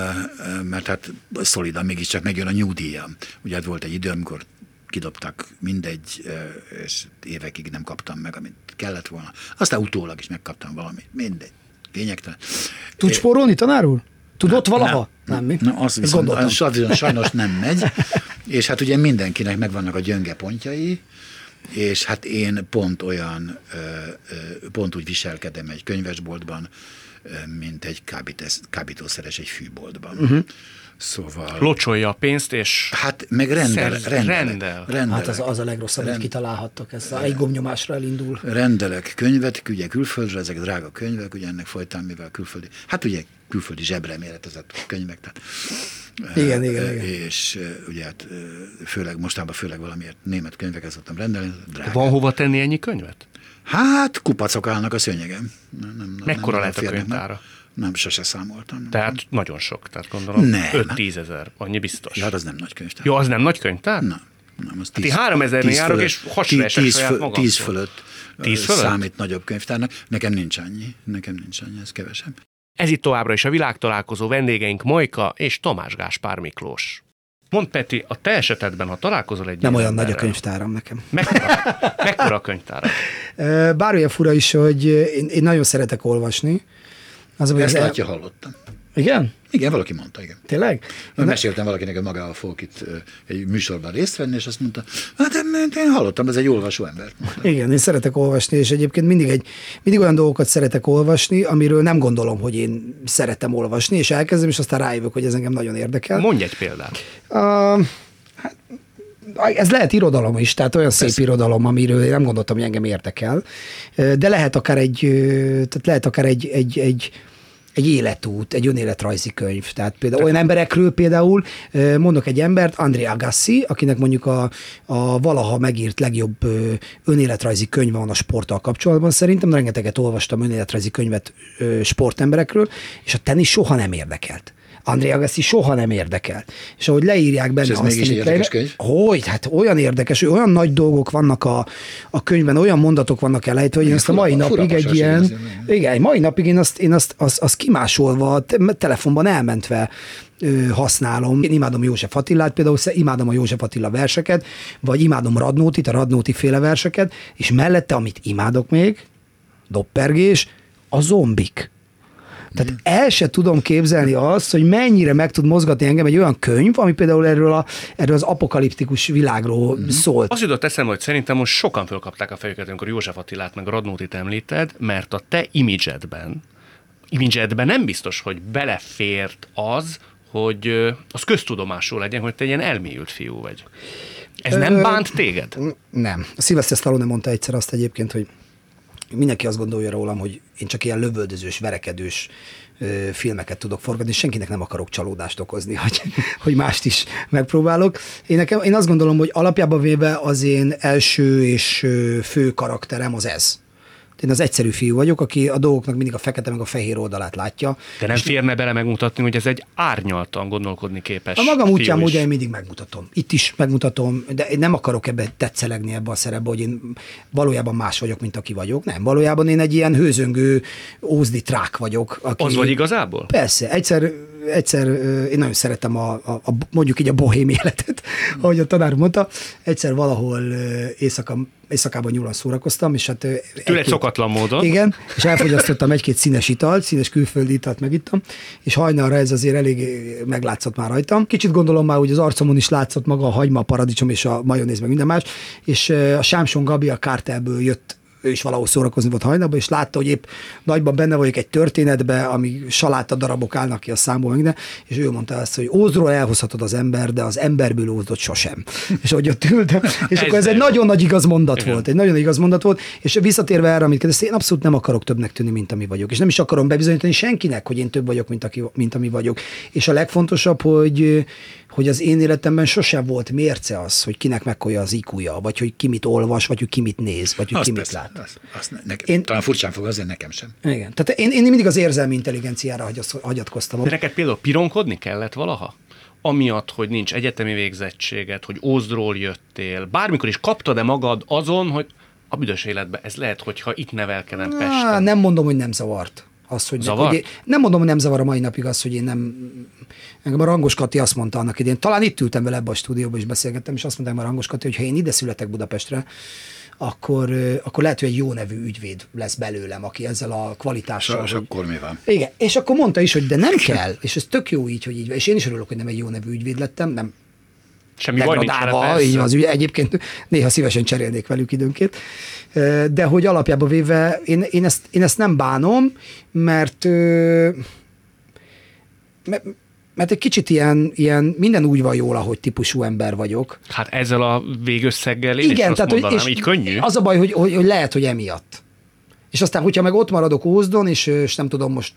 mert hát szolidan mégiscsak megjön a nyugdíjam. Ugye hát volt egy idő, amikor kidobtak mindegy, és évekig nem kaptam meg, amit kellett volna. Aztán utólag is megkaptam valamit. Mindegy. Lényegtelen. Tud spórolni, tanár úr? Tudott valaha? Nem, nem mi? Nem, azt viszont, viszont sajnos nem megy. És hát ugye mindenkinek megvannak a gyönge pontjai, és hát én pont olyan, pont úgy viselkedem egy könyvesboltban, mint egy kábítesz, kábítószeres egy fűboltban. Uh-huh. Szóval... Locsolja a pénzt, és hát meg rendel. Szerz, rendel, rendel. rendel hát az, az a legrosszabb, Rend... hogy kitalálhattak ezt. Egy gombnyomásra elindul. Rendelek könyvet, ugye külföldre, ezek drága könyvek, ugye ennek folytán, mivel külföldi, hát ugye külföldi zsebre méretezett könyvek, tehát igen, igen, igen. És ugye hát főleg, mostában főleg valamiért német könyveket szoktam rendelni. Drágán. Van hova tenni ennyi könyvet? Hát kupacok állnak a szőnyegem. Nem, nem, Mekkora nem lehet a könyvtára? Nem, sose számoltam. Tehát nem. Nagyon sok, tehát gondolom öt-tíz hát, ezer, annyi biztos. Ja, hát az nem nagy könyvtár. Jó, az nem nagy könyvtár? Nem. nem az tíz, hát háromezernél járok, és hasra esek saját magam. Tíz fölött, tíz fölött számít nagyobb könyvtárnak. Nekem nincs annyi. Nekem nincs annyi, ez kevesebb. Ez itt továbbra is a világtalálkozó, vendégeink Majka és Tamás Gáspár Miklós. Mondd, Peti, a te esetedben, ha találkozol egy... Nem olyan nagy a könyvtáram nekem. Mekkora, mekkora a könyvtáram? Bár olyan fura is, hogy én, én nagyon szeretek olvasni. Az, Ezt látja, el... hallottam. Igen? Igen, valaki mondta, igen. Tényleg? Én meséltem valakinek, hogy magával fogok itt egy műsorban részt venni, és azt mondta, hát én hallottam, ez egy olvasó ember. Igen, én szeretek olvasni, és egyébként mindig, egy, mindig olyan dolgokat szeretek olvasni, amiről nem gondolom, hogy én szeretem olvasni, és elkezdem, és aztán rájövök, hogy ez engem nagyon érdekel. Mondj egy példát. Uh, hát, ez lehet irodalom is, tehát olyan Persze. szép irodalom, amiről én nem gondoltam, hogy engem érdekel, de lehet akár egy, tehát lehet akár egy, egy, egy egy életút, egy önéletrajzi könyv. Tehát például olyan emberekről például, mondok egy embert, André Agassi, akinek mondjuk a, a valaha megírt legjobb önéletrajzi könyv van a sporttal kapcsolatban. Szerintem rengeteget olvastam önéletrajzi könyvet sportemberekről, és a tenisz soha nem érdekelt. André Agassi soha nem érdekel. És ahogy leírják benne... És ez mégis érdekes könyv? Hogy, hát olyan érdekes, hogy olyan nagy dolgok vannak a, a könyvben, olyan mondatok vannak elejtve, hogy én ezt a mai napig egy ilyen... Igen, mai napig én azt, én azt, azt, azt kimásolva, telefonban elmentve használom. Én imádom József Attilát, például imádom a József Attila verseket, vagy imádom Radnótit, a Radnóti féle verseket, és mellette, amit imádok még, doppergés, a zombik. Tehát el se tudom képzelni azt, hogy mennyire meg tud mozgatni engem egy olyan könyv, ami például erről, a, erről az apokaliptikus világról mm. szólt. Az jutott eszembe, hogy szerintem most sokan fölkapták a fejüket, amikor József Attilát meg a Radnótit említed, mert a te imidzsedben, imidzsedben nem biztos, hogy belefért az, hogy az köztudomású legyen, hogy te ilyen elmélyült fiú vagy. Ez Ö, nem bánt téged? Nem. A Sylvester Stallone mondta egyszer azt egyébként, hogy mindenki azt gondolja rólam, hogy én csak ilyen lövöldözős, verekedős ö, filmeket tudok forgatni, és senkinek nem akarok csalódást okozni, hogy, hogy mást is megpróbálok. Én, nekem, én azt gondolom, hogy alapjában véve az én első és ö, fő karakterem az ez. Én az egyszerű fiú vagyok, aki a dolgoknak mindig a fekete meg a fehér oldalát látja. De nem férne bele megmutatni, hogy ez egy árnyaltan gondolkodni képes. A magam útján ugye én mindig megmutatom. Itt is megmutatom, de én nem akarok ebbe tetszelegni ebbe a szerepbe, hogy én valójában más vagyok, mint aki vagyok. Nem, valójában én egy ilyen hőzöngő, ózdi trák vagyok. Aki... Az vagy igazából? Persze. Egyszer, egyszer én nagyon szeretem a, a, a, mondjuk így a bohém életet, ahogy a tanár mondta. Egyszer valahol éjszaka éjszakában nyúlan szórakoztam, és hát... Tőle egy szokatlan módon. Igen, és elfogyasztottam egy-két színes italt, színes külföldi italt megittam, és hajnalra ez azért elég meglátszott már rajtam. Kicsit gondolom már, hogy az arcomon is látszott maga a hagyma, a paradicsom és a majonéz, meg minden más, és a Sámson Gabi a Kártelből jött ő is valahol szórakozni volt hajnalban, és látta, hogy épp nagyban benne vagyok egy történetbe, ami saláta darabok állnak ki a számból, minden, és ő mondta azt, hogy Ózdról elhozhatod az ember, de az emberből Ózdot sosem. És ahogy ott ültem, és akkor ez egy nagyon nagy igaz mondat Igen. volt, egy nagyon igaz mondat volt, és visszatérve erre, amit kérdezte, én abszolút nem akarok többnek tűnni, mint ami vagyok, és nem is akarom bebizonyítani senkinek, hogy én több vagyok, mint, aki, mint ami vagyok. És a legfontosabb, hogy hogy az én életemben sosem volt mérce az, hogy kinek mekkora az í kúja, vagy hogy ki mit olvas, vagy hogy ki mit néz, vagy hogy azt ki mit persze, lát. Azt, azt nekem, én, talán furcsán fog, azért nekem sem. Igen. Tehát én, én mindig az érzelmi intelligenciára hagyatkoztam. De neked például pironkodni kellett valaha? Amiatt, hogy nincs egyetemi végzettséged, hogy Ózdról jöttél, bármikor is kaptad-e magad azon, hogy a büdös életben ez lehet, hogyha itt nevelkedem Pesten? Nem mondom, hogy nem zavart. Az, hogy, hogy én, nem mondom, hogy nem zavar a mai napig az, hogy én nem... Engem a Rangos Kati azt mondta annak idén, talán itt ültem vele ebbe a stúdióba, és beszélgettem, és azt mondták a Rangos Kati, hogy ha én ide születek Budapestre, akkor, akkor lehet, hogy egy jó nevű ügyvéd lesz belőlem, aki ezzel a kvalitással... És akkor mi van? Igen, és akkor mondta is, hogy de nem kell, és ez tök jó így, hogy így, és én is örülök, hogy nem egy jó nevű ügyvéd lettem, nem semmi baj nincs vele, így az ügy, egyébként néha szívesen cserélnék velük időnként, de hogy alapjában véve én, én, ezt, én ezt nem bánom, mert, mert, mert egy kicsit ilyen, ilyen minden úgy van jól, ahogy típusú ember vagyok. Hát ezzel a végösszeggel én Igen, is tehát, azt mondanám, hogy, így könnyű. Az a baj, hogy, hogy, hogy lehet, hogy emiatt. És aztán, hogyha meg ott maradok Ózdon, és, és nem tudom, most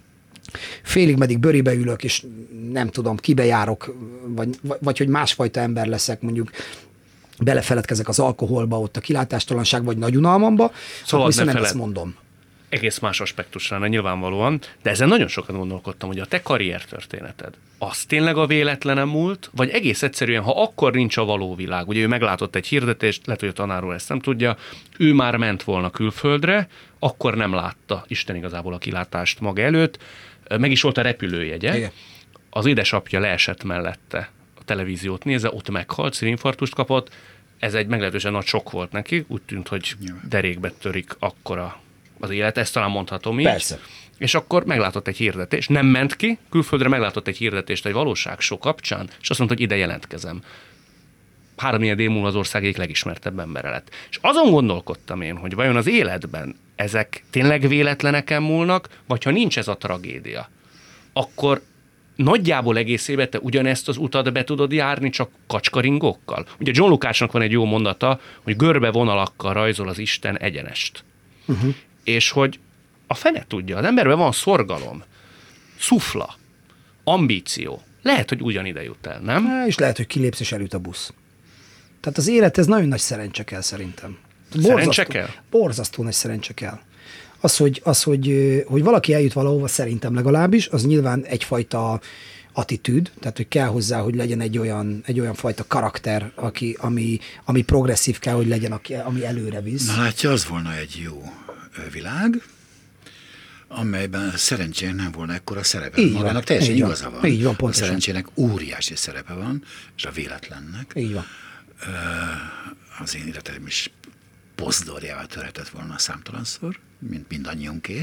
félig meddig bőribe ülök, és nem tudom, kibe járok, vagy, vagy hogy másfajta ember leszek, mondjuk belefeledkezek az alkoholba, ott a kilátástalanság, vagy nagy unalmamba, szóval akkor nem ezt mondom. Egész más aspektus lenne nyilvánvalóan, de ezen nagyon sokat gondolkodtam, hogy a te karriertörténeted, az tényleg a véletlenem múlt, vagy egész egyszerűen, ha akkor nincs a való világ, ugye ő meglátott egy hirdetést, lehet, hogy a tanárról ezt nem tudja, ő már ment volna külföldre, akkor nem látta Isten igazából a kilátást maga előtt, meg is volt a repülőjegye, Igen. az édesapja leesett mellette a televíziót nézve, ott meghalt, szívinfarktust kapott, ez egy meglehetősen nagy sok volt neki, úgy tűnt, hogy derékbe törik akkora az élet, ezt talán mondhatom így. Persze. És akkor meglátott egy hirdetést, nem ment ki, külföldre meglátott egy hirdetést egy valóságshow kapcsán, és azt mondta, hogy ide jelentkezem. Három ilyen év múlva az ország egyik legismertebb embere lett. És azon gondolkodtam én, hogy vajon az életben ezek tényleg véletleneken múlnak, vagy ha nincs ez a tragédia, akkor nagyjából egész évben te ugyanezt az utat be tudod járni, csak kacskaringókkal. Ugye John Lukácsnak van egy jó mondata, hogy görbe vonalakkal rajzol az Isten egyenest. Uh-huh. És hogy a fene tudja, az emberben van szorgalom, szufla, ambíció. Lehet, hogy ugyanide jut el, nem? Há, és lehet, hogy kilépsz és elüt a busz. Tehát az élet, ez nagyon nagy szerencse kell szerintem. Borzasztó, szerencse kell? Borzasztó nagy szerencse kell. Az, hogy, az hogy, hogy valaki eljut valahova, szerintem legalábbis, az nyilván egyfajta attitűd, tehát hogy kell hozzá, hogy legyen egy olyan, egy olyan fajta karakter, aki, ami, ami progresszív kell, hogy legyen, aki, ami előre visz. Na látja, az volna egy jó világ, amelyben szerencsének nem volna ekkora szerepe. Így Magának van, teljesen így igaza van. Így van, a szerencsének óriási szerepe van, és a véletlennek. Így van. Az én életem is pozdorjával törhetett volna számtalanszor, mint mindannyiunké.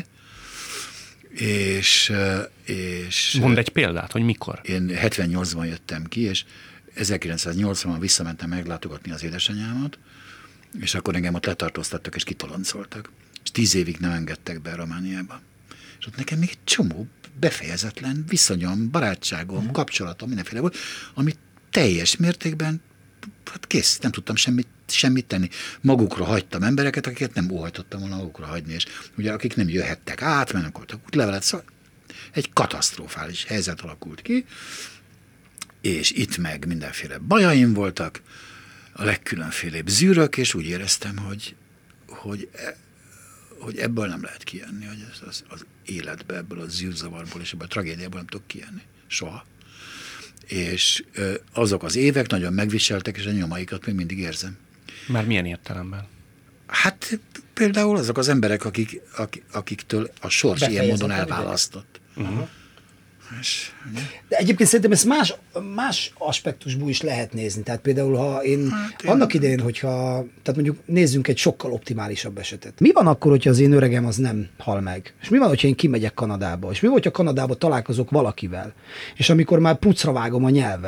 És, és... Mondd egy példát, hogy mikor. Én hetvennyolcban jöttem ki, és ezerkilencszáznyolcvanban visszamentem meglátogatni az édesanyámat, és akkor engem ott letartóztattak, és kitoloncoltak. És tíz évig nem engedtek be Romániába. És ott nekem még egy csomó befejezetlen viszonyom, barátságom, uh-huh. kapcsolatom, mindenféle volt, ami teljes mértékben, hát kész, nem tudtam semmit, semmit tenni. Magukra hagytam embereket, akiket nem óhajtottam volna magukra hagyni, és ugye akik nem jöhettek át, mert nem voltak útlevelet, szóval egy katasztrofális helyzet alakult ki, és itt meg mindenféle bajaim voltak, a legkülönfélébb zűrök, és úgy éreztem, hogy, hogy, hogy ebből nem lehet kijönni, hogy az, az, az életbe, ebből a zűrzavarból és ebből a tragédiából nem tudok kijönni. Soha. És azok az évek nagyon megviseltek, és a nyomaikat még mindig érzem. Már milyen értelemben? Hát például azok az emberek, akik, akik, akiktől a sors ilyen módon elválasztott. Uh-huh. És, de egyébként szerintem ezt más, más aspektusból is lehet nézni. Tehát például, ha én, hát én annak idején, hogyha, tehát mondjuk nézzünk egy sokkal optimálisabb esetet. Mi van akkor, hogyha az én öregem az nem hal meg? És mi van, hogyha én kimegyek Kanadába? És mi van, hogyha Kanadába találkozok valakivel? És amikor már pucra vágom a nyelvet,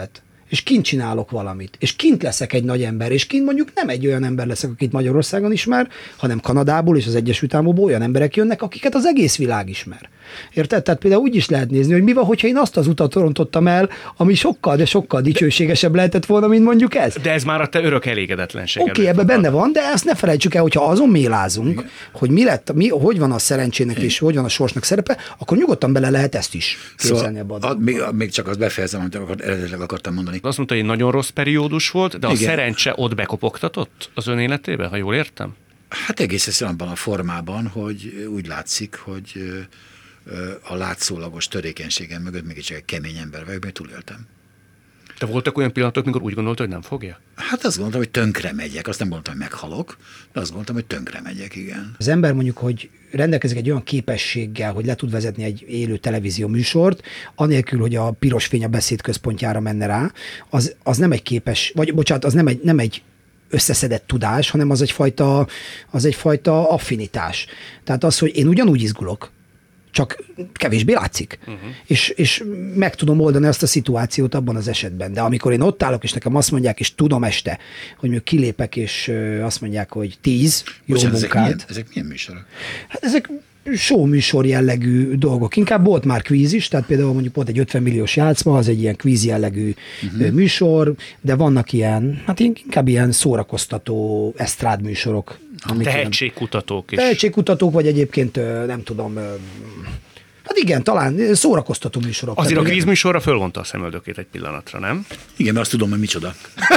és kint csinálok valamit, és kint leszek egy nagy ember, és kint mondjuk nem egy olyan ember leszek, akit Magyarországon ismer, hanem Kanadából és az Egyesült Államokból olyan emberek jönnek, akiket az egész világ ismer. Érted? Tehát például úgy is lehet nézni, hogy mi van, hogyha én azt az utat rontottam el, ami sokkal, de sokkal dicsőségesebb lehetett volna, mint mondjuk ez. De ez már a te örök elégedetlenséged. Oké, okay, ebben benne van, de ezt ne felejtsük el, hogyha azon mélázunk, igen, hogy mi lett, mi, hogy van a szerencsének igen, és hogy van a sorsnak szerepe, akkor nyugodtan bele lehet ezt is képzelni szóval ebbe a még, még csak azt befejezem, amit akar, eredetileg akartam mondani. Azt mondta, hogy egy nagyon rossz periódus volt, de a igen, szerencse ott bekopogtatott az ön életébe, ha jól értem? Hát egész egyszerűen abban a formában, hogy úgy látszik, hogy a látszólagos törékenységem mögött mégis egy kemény ember vagyok, mert túléltem. De voltak olyan pillanatok, mikor úgy gondolta, hogy nem fogja? Hát azt gondoltam, hogy tönkre megyek. Azt nem gondoltam, hogy meghalok, de azt gondoltam, hogy tönkre megyek, igen. Az ember mondjuk, hogy rendelkezik egy olyan képességgel, hogy le tud vezetni egy élő televízió műsort, anélkül, hogy a piros fény a beszéd központjára menne rá, az, az nem egy képes, vagy bocsánat, az nem egy, nem egy összeszedett tudás, hanem az egyfajta, az egyfajta affinitás. Tehát az, hogy én ugyanúgy izgulok, csak kevésbé látszik. Uh-huh. És, és meg tudom oldani azt a szituációt abban az esetben. De amikor én ott állok, és nekem azt mondják, és tudom este, hogy még kilépek, és azt mondják, hogy tíz jó Bocsánat, munkát. Ezek milyen, ezek milyen műsorok? Hát ezek show műsor jellegű dolgok. Inkább volt már kvíz is, tehát például mondjuk volt egy ötven milliós játszma, az egy ilyen kvíz jellegű uh-huh. műsor, de vannak ilyen, hát inkább ilyen szórakoztató esztrád műsorok. Tehetségkutatók is. Tehetségkutatók, vagy egyébként nem tudom, hát igen, talán szórakoztató műsorok. Azért a kvízműsorra fölvonta a szemöldökét egy pillanatra, nem? Igen, mert azt tudom, hogy micsoda.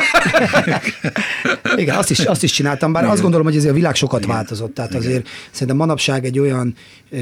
Igen, azt is, azt is csináltam, bár igen, azt gondolom, hogy azért a világ sokat igen, változott. Tehát igen, azért szerintem manapság egy olyan,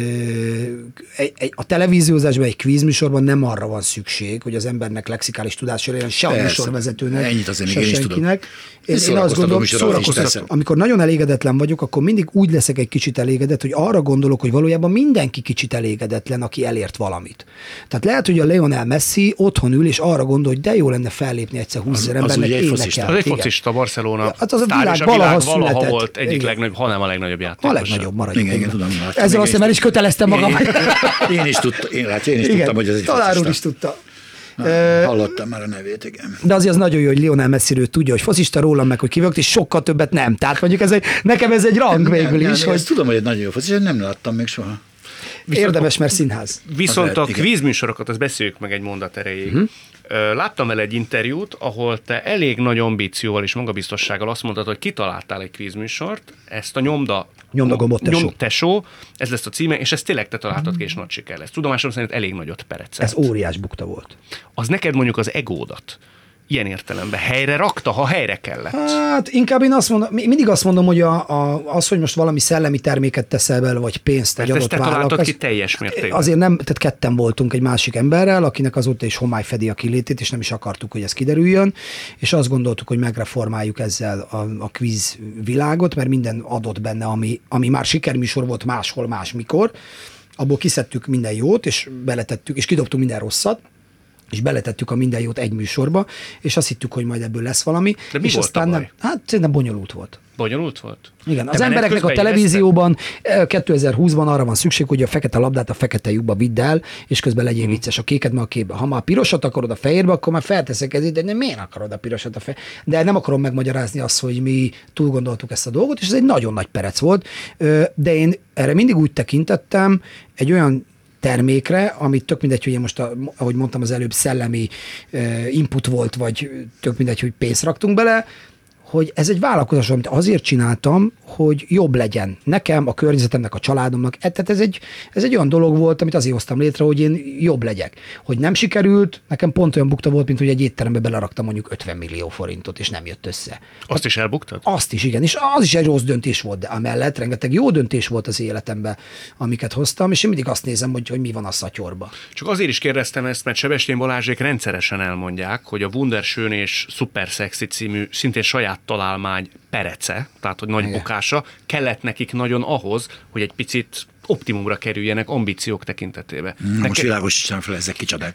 egy, egy, a televíziózásban, egy kvízműsorban nem arra van szükség, hogy az embernek lexikális tudása legyen, se a műsorvezetőnek, ennyit azért se még senkinek. Én, én azt gondolom, szórakoztató. Amikor nagyon elégedetlen vagyok, akkor mindig úgy leszek egy kicsit elégedett, hogy arra gondolok, hogy valójában mindenki kicsit elégedetlen, aki elért valamit. Tehát lehet, hogy a Lionel Messi otthon ül, és arra gondol, hogy de jó lenne fellépni egyszer húszezer embernek énekel. Az egy focista, Barcelona. Ja, hát az a világ sztár, valaha, a világ valaha volt egyik igen, legnagyobb, hanem a legnagyobb játékos. A legnagyobb, maradjunk. Igen, igen, tudom. Ezzel azt hiszem, el is köteleztem magam. Én is tudtam, én, hát én is igen, tudtam, hogy ez egy Talán úr is tudta. Na, uh, hallottam már a nevét, igen. De azért az nagyon jó, hogy Lionel Messiről tudja, hogy focista, rólam meg, hogy kivőkt, és sokkal többet nem. Tehát mondjuk ez egy, nekem ez egy rang nem, végül nem, is. Nem, hogy... tudom, hogy egy nagyon jó focista, nem láttam még soha. Viszont érdemes, mert színház. Viszont a kvízműsorokat, azt beszéljük meg egy mondat erejéig. Uh-huh. Láttam vele egy interjút, ahol te elég nagy ambícióval és magabiztossággal azt mondtad, hogy kitaláltál egy kvízműsort, ezt a nyomda Nyomdagombot tesó. Nyom, tesó, ez lesz a címe, és ezt tényleg te találtad ki, és nagy siker lesz. Tudomásom szerint elég nagyot perecelt. Ez óriás bukta volt. Az neked mondjuk az egódat ilyen értelemben helyre rakta, ha helyre kellett? Hát inkább én azt mondom, mindig azt mondom, hogy a, a, az, hogy most valami szellemi terméket teszel bele, vagy pénzt egy adott vállalat. Ezt te találtad ki teljes mértékben. Azért nem, tehát ketten voltunk egy másik emberrel, akinek azóta is homály fedi a kilétét, és nem is akartuk, hogy ez kiderüljön, és azt gondoltuk, hogy megreformáljuk ezzel a, a kvíz világot, mert minden adott benne, ami, ami már sikerműsor volt máshol, másmikor, abból kiszedtük minden jót, és beletettük, és kidobtunk minden rosszat, és beletettük a minden jót egy műsorba, és azt hittük, hogy majd ebből lesz valami. De mi és volt aztán a baj? Nem, hát szerintem bonyolult volt. Bonyolult volt? Igen, de az embereknek a televízióban kétezer-húszban arra van szükség, hogy a fekete labdát a fekete lyukba vidd el, és közben legyél hmm. vicces a kéket, meg a képbe. Ha már a pirosat akarod a fehérbe, akkor már felteszek ezért, de nem, miért akarod a pirosat a fehér? De nem akarom megmagyarázni azt, hogy mi túl gondoltuk ezt a dolgot, és ez egy nagyon nagy perec volt. De én erre mindig úgy tekintettem, egy olyan termékre, amit tök mindegy, hogy én most, a, ahogy mondtam az előbb, szellemi uh, input volt, vagy tök mindegy, hogy pénzt raktunk bele, hogy ez egy vállalkozás, amit azért csináltam, hogy jobb legyen nekem, a környezetemnek, a családomnak. Tehát ez egy, ez egy olyan dolog volt, amit azért hoztam létre, hogy én jobb legyek. Hogy nem sikerült, nekem pont olyan bukta volt, mint hogy egy étterembe beleraktam mondjuk ötven millió forintot, és nem jött össze. Azt is elbuktad? Azt is, igen. És az is egy rossz döntés volt, de amellett rengeteg jó döntés volt az életemben, amiket hoztam, és én mindig azt nézem, hogy, hogy mi van a szatyorba. Csak azért is kérdeztem ezt, mert Sebestyén Balázsék rendszeresen elmondják, hogy a Wunderschön és Super Sexy című szintén saját találmány perece, tehát hogy nagy igen. bukása, kellett nekik nagyon ahhoz, hogy egy picit optimumra kerüljenek ambíciók tekintetében. Mm, Neke... Most világosítsam fel, ezek kicsodák.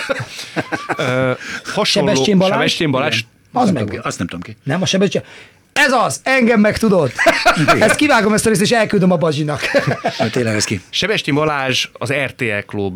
uh, hasonló Sebestyén Balázs? Sebestyén Balázs az nem meg ki, azt nem tudom ki. Nem, a Sebestyén. Ez az, engem meg tudod. Ezt kivágom ezt a részt, és elküldöm a Bazsinak. Tényleg ez ki. Sebestyén Balázs az er té el Klub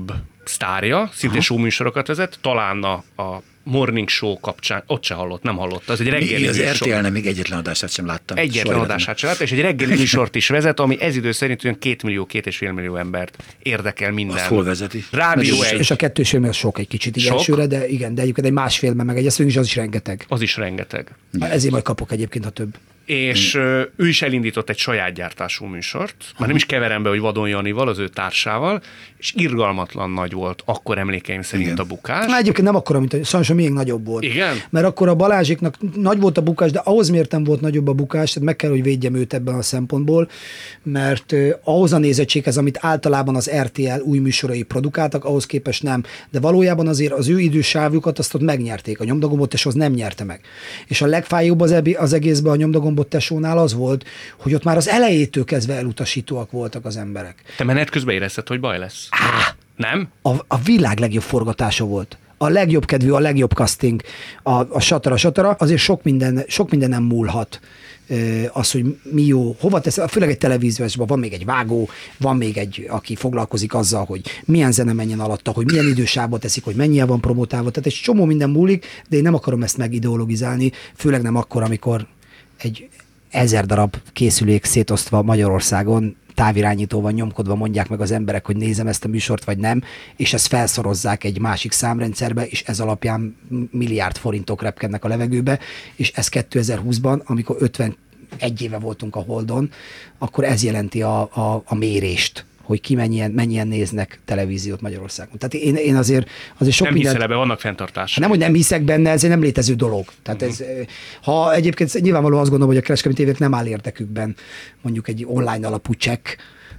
sztárja, szintén show műsorokat vezet, talán a, a Morning Show kapcsán, ott se hallott, nem hallotta. Az egy reggeli az műsor. er té el-nek még egyetlen adását sem láttam. Egyetlen adását sem láttam, és egy reggeli műsort is vezet, ami ez idő szerint olyan két millió, két és fél millió embert érdekel minden. Azt hol vezeti? Rádió egy. És a kettő és fél millió sok egy kicsit így elsőre, de igen, de egyébként egy másfélben meg egyeztünk, és az is rengeteg. Az is rengeteg. Igen. Ezért majd kapok egyébként, ha több. És mm. ő is elindított egy saját gyártású műsort, már nem is keverem be, hogy Vadon Janival, az ő társával, és irgalmatlan nagy volt akkor emlékeim szerint igen. a bukás. Na, egyébként nem akkora, mint a sajnos még nagyobb volt. Igen? Mert akkor a Balázsiknak nagy volt a bukás, de ahhoz miért nem volt nagyobb a bukás, tehát meg kell, hogy védjem őt ebben a szempontból, mert uh, ahhoz a nézettséghez, amit általában az er té el új műsorai produkáltak, ahhoz képest nem. De valójában azért az ő idősávjukat azt ott megnyerték. A Nyomdagombot tesó az nem nyerte meg. És a legfájóbb az, ebi, az egészben a Nyomdagombot tesónál az volt, hogy ott már az elejétől kezdve elutasítóak voltak az emberek. Te menet közben érezted, hogy baj lesz? Á, nem? A, a világ legjobb forgatása volt. A legjobb kedvű, a legjobb casting, a, a satara, satara, azért sok minden, sok minden nem múlhat. Az, hogy mi jó, hova tesz, főleg egy televíziósban van még egy vágó, van még egy, aki foglalkozik azzal, hogy milyen zene menjen alatta, hogy milyen idősávba teszik, hogy mennyien van promotálva, tehát egy csomó minden múlik, de én nem akarom ezt megideologizálni, főleg nem akkor, amikor egy ezer darab készülék szétosztva Magyarországon távirányítóval nyomkodva mondják meg az emberek, hogy nézem ezt a műsort, vagy nem, és ezt felszorozzák egy másik számrendszerbe, és ez alapján milliárd forintok repkednek a levegőbe, és ez kétezer-húszban, amikor ötvenegy éve voltunk a Holdon, akkor ez jelenti a, a, a mérést, hogy ki mennyien, mennyien néznek televíziót Magyarországon. Tehát én, én azért, azért sok nem mindent... hiszel ebben, vannak fenntartások. Nem, hogy nem hiszek benne, ez egy nem létező dolog. Tehát ez, ha egyébként nyilvánvalóan azt gondolom, hogy a kereskedelmi tévék nem áll érdekükben mondjuk egy online alapú csekk,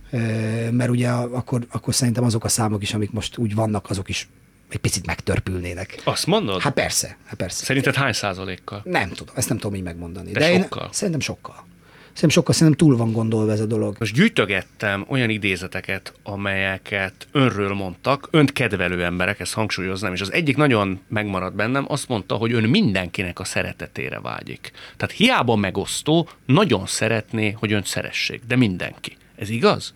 mert ugye akkor, akkor szerintem azok a számok is, amik most úgy vannak, azok is egy picit megtörpülnének. Azt mondod? Hát persze, hát persze. Szerinted hány százalékkal? Nem tudom, ezt nem tudom így megmondani. De, De sokkal? Én, szerintem sokkal. Szerintem sokkal, szerintem túl van gondolva ez a dolog. Most gyűjtögettem olyan idézeteket, amelyeket önről mondtak, önt kedvelő emberek, ezt hangsúlyoznám, és az egyik nagyon megmaradt bennem, azt mondta, hogy ön mindenkinek a szeretetére vágyik. Tehát hiába megosztó, nagyon szeretné, hogy önt szeressék, de mindenki. Ez igaz?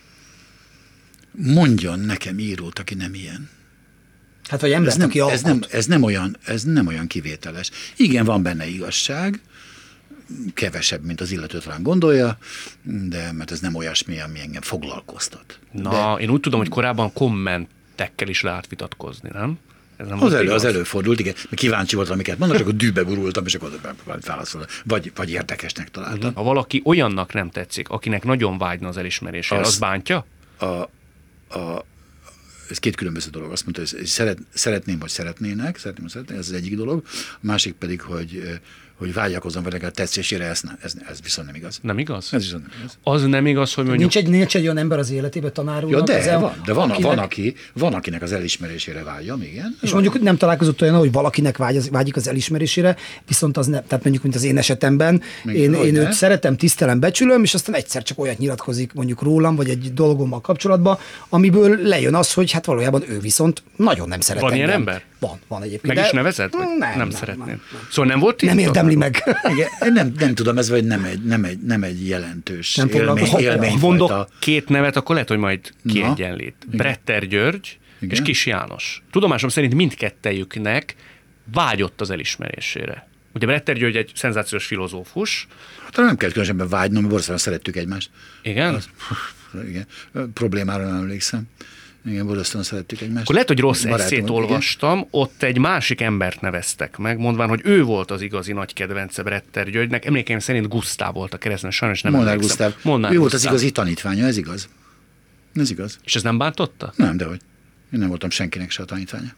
Mondjon nekem írót, aki nem ilyen. Hát vagy ember, ez nem, aki ez, nem, ez, nem olyan, ez nem olyan kivételes. Igen, van benne igazság, kevesebb, mint az illető talán gondolja, de mert ez nem olyasmi, ami engem foglalkoztat. Na, de, én úgy tudom, hogy korábban kommentekkel is lehet vitatkozni, nem? Ez nem az, elő, az előfordult, igen. Kíváncsi voltam, amiket mondnak, csak akkor dűbe gurultam, és akkor válaszoltam. Vagy, vagy érdekesnek találtam. Ha valaki olyannak nem tetszik, akinek nagyon vágyna az elismerésére, az, az bántja? A, a, ez két különböző dolog. Azt mondta, hogy szeret, szeretném, vagy szeretnének, szeretném, vagy szeretnének, ez az egyik dolog. A másik pedig, hogy hogy vágyakozom vele a tetszésére, ez, ez, ez viszont nem igaz. Nem igaz? Ez viszont nem igaz. Az nem igaz, hogy mondjuk... Nincs egy, nincs egy olyan ember az életében, tanár úrnak. Ja, de, el, van, de van, akinek... van, aki, van, akinek az elismerésére vágyja, igen. És mondjuk nem találkozott olyan, hogy valakinek vágy, vágyik az elismerésére, viszont az nem, tehát mondjuk, mint az én esetemben, még én, én őt szeretem, tisztelem, becsülöm, és aztán egyszer csak olyat nyilatkozik mondjuk rólam, vagy egy dolgommal kapcsolatban, amiből lejön az, hogy hát valójában ő viszont nagyon nem szeret. Van engem. Ilyen ember? Van, van egyébként. Meg de... is nevezed? Nem, nem, nem szeretném. Nem, nem. Szóval nem volt Nem érdemli meg. Igen, nem, nem tudom, ez vagy nem egy, nem egy, nem egy jelentős nem élmény. Ha, élmény ha mondok két nevet, akkor lehet, hogy majd kiegyenlít. Na, Bretter György igen. és Kis János. Tudomásom szerint mindkettejüknek vágyott az elismerésére. Ugye Bretter György egy szenzációs filozófus. Hát nem kell különösebben vágynom, mert borzasztóan szerettük egymást. Igen? Az, igen. Problémára nem emlékszem. Igen, borzasztóan szerettük egymást. Akkor lehet, hogy rossz eszét olvastam, igen. Ott egy másik embert neveztek meg, mondván, hogy ő volt az igazi nagy kedvence Bretter Györgynek. Emlékeim szerint Gusztáv volt a keresztnév, sajnos nem Molnár emlékszem. Gusztáv. Molnár ő Gusztáv. Volt az igazi tanítványa, ez igaz? Ez igaz. És ez nem bántotta? Nem, dehogy. Én nem voltam senkinek se a tanítványa.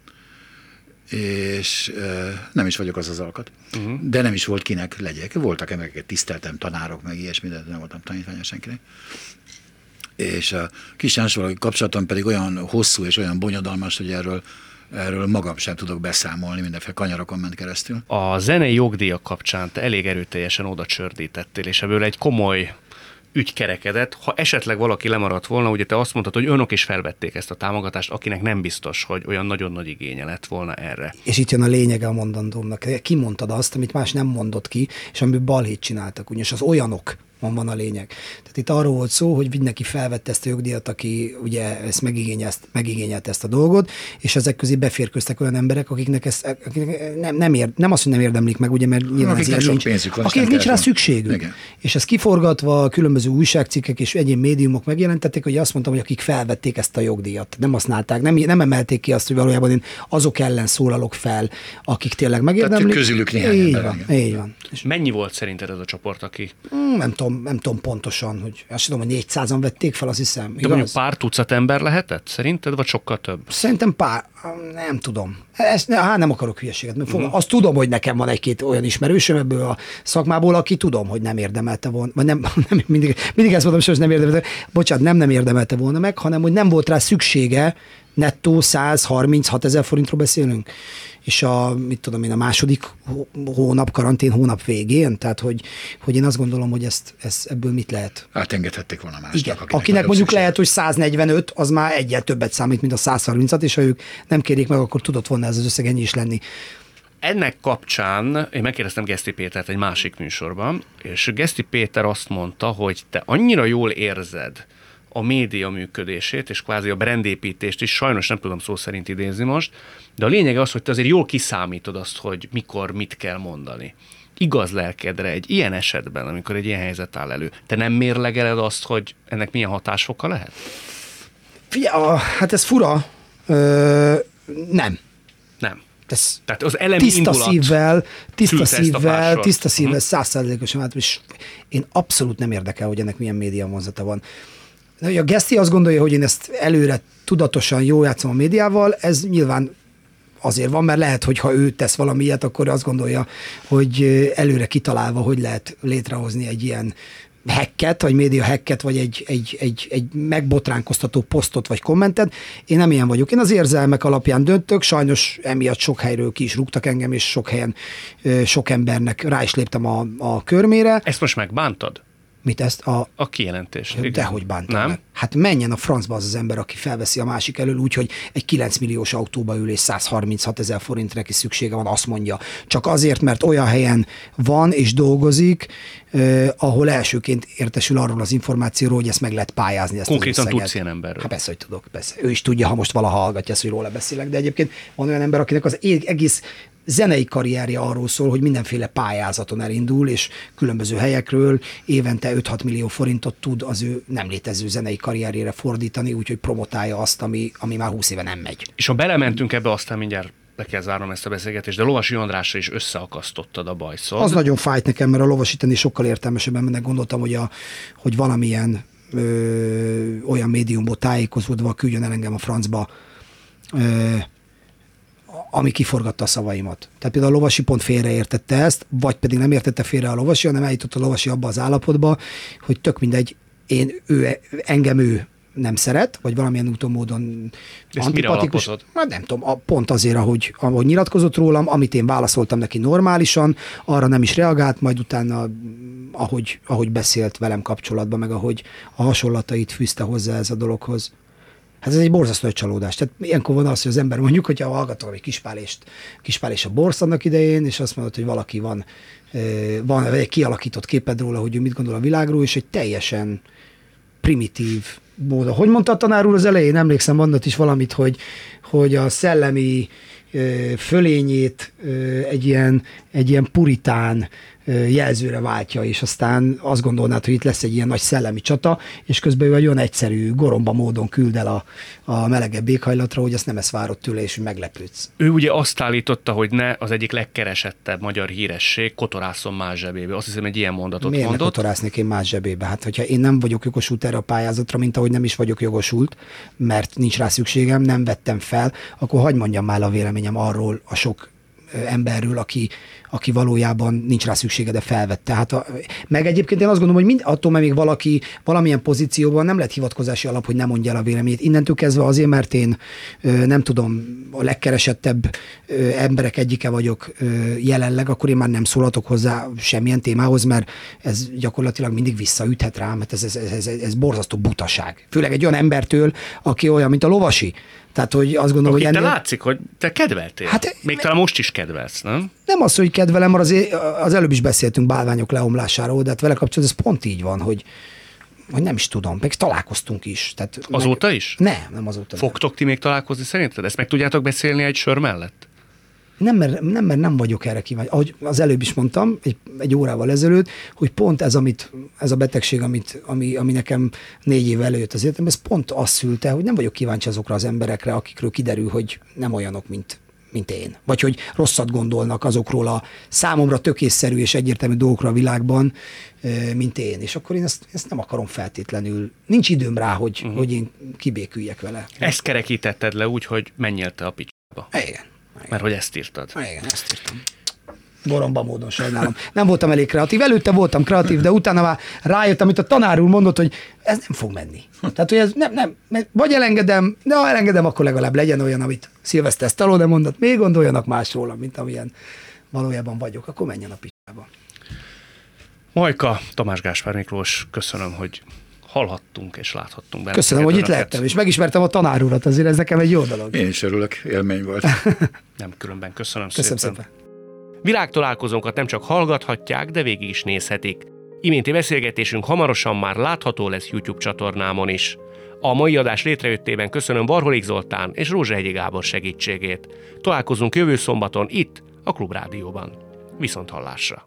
És euh, nem is vagyok az az alkat. Uh-huh. De nem is volt kinek legyek. Voltak embereket tiszteltem, tanárok, meg ilyesmi, de nem voltam tanítványa senkinek. És a Kis Jánossal kapcsolatom pedig olyan hosszú és olyan bonyodalmas, hogy erről, erről magam sem tudok beszámolni, mindenféle kanyarokon ment keresztül. A zenei jogdíjak kapcsán te elég erőteljesen oda csördítettél, és ebből egy komoly ügy kerekedett. Ha esetleg valaki lemaradt volna, ugye te azt mondtad, hogy önök is felvették ezt a támogatást, akinek nem biztos, hogy olyan nagyon nagy igénye lett volna erre. És itt jön a lényege a mondandómnak. Kimondtad azt, amit más nem mondott ki, és amiből balhét csináltak. Ugyanis az olyanok, van, van a lényeg. Tehát itt arról volt szó, hogy mindenki felvette ezt a jogdíjat, aki ugye ezt megigényelt, megigényelt ezt a dolgot, és ezek közé beférköztek olyan emberek, akiknek ezt akiknek nem, nem, ér, nem azt, hogy nem érdemlik meg, ugye, mert nyilván akiknek sok nincs, pénzük van, akiknek nincs rá szükségük. Igen. És ezt kiforgatva különböző újságcikkek és egyéb médiumok megjelentették, hogy azt mondtam, hogy akik felvették ezt a jogdíjat, nem használták, nem, nem emelték ki azt, hogy valójában én azok ellen szólalok fel, akik tényleg megérdemlik. Tehát közülük néhány így ember. Van, így van. És mennyi volt szerinted ez a csoport, aki? Nem tudom, nem tudom pontosan, hogy azt tudom, hogy négyszázan vették fel, azt hiszem. De mondjuk pár tucat ember lehetett szerinted, vagy sokkal több? Szerintem pár, nem tudom. Ezt, hát nem akarok hülyeséget. Uh-huh. Azt tudom, hogy nekem van egy-két olyan ismerősöm ebből a szakmából, aki tudom, hogy nem érdemelte volna, vagy nem, nem mindig, mindig ezt mondom, hogy nem érdemelte, bocsánat, nem nem érdemelte volna meg, hanem hogy nem volt rá szüksége, nettó száz harminchat ezer forintról beszélünk, és a, mit tudom én, a második hónap, karantén hónap végén, tehát hogy, hogy én azt gondolom, hogy ezt, ezt ebből mit lehet. Átengedhették volna másnak. Igen, akinek, akinek mondjuk szükség. Lehet, hogy száznegy-venöt, az már egyel többet számít, mint a száz harmincat, és ha ők nem kérjék meg, akkor tudott volna ez az összeg ennyi is lenni. Ennek kapcsán én megkérdeztem Geszti Pétert egy másik műsorban, és Geszti Péter azt mondta, hogy te annyira jól érzed a média működését, és kvázi a brandépítést is, sajnos nem tudom szó szerint idézni most, de a lényeg az, hogy te azért jól kiszámítod azt, hogy mikor mit kell mondani. Igaz lelkedre egy ilyen esetben, amikor egy ilyen helyzet áll elő, te nem mérlegeled azt, hogy ennek milyen hatásfoka lehet? Figyelj, a, hát ez fura. Ö, nem. Nem. Ez Tehát az elemi tiszta indulat szívvel, tiszta szívvel, tiszta szívvel, uh-huh. százszázalékosan át, és én abszolút nem érdekel, hogy ennek milyen média vonzata van. A Geszti azt gondolja, hogy én ezt előre tudatosan jól játszom a médiával, ez nyilván azért van, mert lehet, hogy ha ő tesz valami ilyet, akkor azt gondolja, hogy előre kitalálva, hogy lehet létrehozni egy ilyen hacket, vagy média hacket, vagy egy, egy, egy, egy megbotránkoztató posztot, vagy kommentet. Én nem ilyen vagyok. Én az érzelmek alapján döntök, sajnos emiatt sok helyről ki is rúgtak engem, és sok helyen sok embernek rá is léptem a, a körmére. Ezt most megbántad? Mit ezt? A, a kijelentést. Dehogy bántam. Nem? Meg. Hát menjen a francba az az ember, aki felveszi a másik elől úgy, hogy egy kilenc milliós autóba ül és száz harminchat ezer forint neki szüksége van, azt mondja. Csak azért, mert olyan helyen van és dolgozik, eh, ahol elsőként értesül arról az információról, hogy ezt meg lehet pályázni. Ezt konkrétan tudsz ilyen emberről? Hát persze, hogy tudok. Persze. Ő is tudja, ha most valaha hallgatja ezt, hogy róla beszélek, de egyébként van olyan ember, akinek az egész zenei karrierje arról szól, hogy mindenféle pályázaton elindul, és különböző helyekről évente öt-hat millió forintot tud az ő nem létező zenei karrierjére fordítani, úgyhogy promotálja azt, ami, ami már húsz éve nem megy. És ha belementünk ebbe, aztán mindjárt le kell zárnom ezt a beszélgetést, de Lovasi Andrásra is összeakasztottad a bajszot. Az nagyon fájt nekem, mert a lovasítani sokkal értelmesebben mennek. Gondoltam, hogy, a, hogy valamilyen ö, olyan médiumból tájékozódva küldjön el engem a francba, ö, ami kiforgatta a szavaimat. Tehát például a Lovasi pont félreértette ezt, vagy pedig nem értette félre a Lovasi, hanem eljutott a Lovasi abba az állapotba, hogy tök mindegy, én, ő, engem ő nem szeret, vagy valamilyen úton módon antipatikus. Hát nem tudom, a, pont azért, ahogy, ahogy nyilatkozott rólam, amit én válaszoltam neki normálisan, arra nem is reagált, majd utána, ahogy, ahogy beszélt velem kapcsolatban, meg ahogy a hasonlatait fűzte hozzá ez a dologhoz. Hát ez egy borzasztó nagy csalódás. Tehát ilyenkor van az, hogy az ember mondjuk, hogyha hallgatom egy Kispálést, Kispálés a borsz annak idején, és azt mondod, hogy valaki van, van egy kialakított képed róla, hogy ő mit gondol a világról, és egy teljesen primitív módon. Hogy mondta a tanár úr az elején? Emlékszem, mondott is valamit, hogy, hogy a szellemi fölényét egy ilyen, egy ilyen puritán jelzőre váltja, és aztán azt gondolnád, hogy itt lesz egy ilyen nagy szellemi csata, és közben ő egy olyan egyszerű, goromba módon küld el a, a melegebb éghajlatra, hogy azt nem ezt várott tőle, és meglepődsz. Ő ugye azt állította, hogy ne az egyik legkeresettebb magyar híresség, kotorászom más zsebébe. Azt hiszem, egy ilyen mondatot Miért mondott. Miért ne kotorásznék én más zsebébe? Hát, hogyha én nem vagyok jogosult erre a pályázatra, mint ahogy nem is vagyok jogosult, mert nincs rá szükségem, nem vettem fel, akkor hadd mondjam már a véleményem arról a sok emberről, aki, aki valójában nincs rá szüksége, de felvette. Hát a, meg egyébként én azt gondolom, hogy mind, attól, mert még valaki valamilyen pozícióban nem lett hivatkozási alap, hogy nem mondja el a véleményét. Innentől kezdve azért, mert én nem tudom, a legkeresettebb emberek egyike vagyok jelenleg, akkor én már nem szólhatok hozzá semmilyen témához, mert ez gyakorlatilag mindig visszaüthet rám, mert ez, ez, ez, ez, ez borzasztó butaság. Főleg egy olyan embertől, aki olyan, mint a Lovasi. Tehát, hogy azt gondolom, Akit hogy ennél... ennél... te látszik, hogy te kedveltél. Hát, Még talán most is kedvelsz, nem? Nem az, hogy kedvelem, mert az, az előbb is beszéltünk bálványok leomlásáról, de hát vele kapcsolatban ez pont így van, hogy hogy nem is tudom, meg találkoztunk is. Tehát azóta meg... is? Nem, nem azóta. Fogtok ti még találkozni szerinted? Ezt meg tudjátok beszélni egy sör mellett? Nem, mert nem, mert nem vagyok erre kíváncsi. Ahogy az előbb is mondtam, egy, egy órával ezelőtt, hogy pont ez, amit, ez a betegség, amit, ami, ami nekem négy év előtt az életemben, ez pont azt szülte, hogy nem vagyok kíváncsi azokra az emberekre, akikről kiderül, hogy nem olyanok, mint, mint én. Vagy hogy rosszat gondolnak azokról a számomra tökészszerű és egyértelmű dolgokra a világban, mint én. És akkor én ezt, ezt nem akarom feltétlenül. Nincs időm rá, hogy, uh-huh. hogy én kibéküljek vele. Ezt kerekítetted le úgy, hogy menjél te a picsába. Igen. Igen. Mert hogy ezt írtad. Igen, ezt írtam. Boromba módon sajnálom. Nem voltam elég kreatív. Előtte voltam kreatív, de utána már rájöttem, amit a tanár úr mondott, hogy ez nem fog menni. Tehát, hogy ez nem, nem, vagy elengedem, de ha elengedem, akkor legalább legyen olyan, amit Sylvester Stallone mondott, még gondoljanak másról, mint amilyen valójában vagyok, akkor menjen a picsába. Majka, Tamás Gáspár Miklós, köszönöm, hogy hallhattunk és láthattunk benne. Köszönöm, hogy itt lehettem, és megismertem a tanár urat, azért ez nekem egy jó dolog. Én is örülök, élmény volt. Nem különben, köszönöm, köszönöm szépen. szépen. Világtalálkozónkat nem csak hallgathatják, de végig is nézhetik. Iménti beszélgetésünk hamarosan már látható lesz YouTube csatornámon is. A mai adás létrejöttében köszönöm Varholik Zoltán és Rózsahegyi Gábor segítségét. Találkozunk jövő szombaton itt, a Klubrádióban. Viszont hallásra!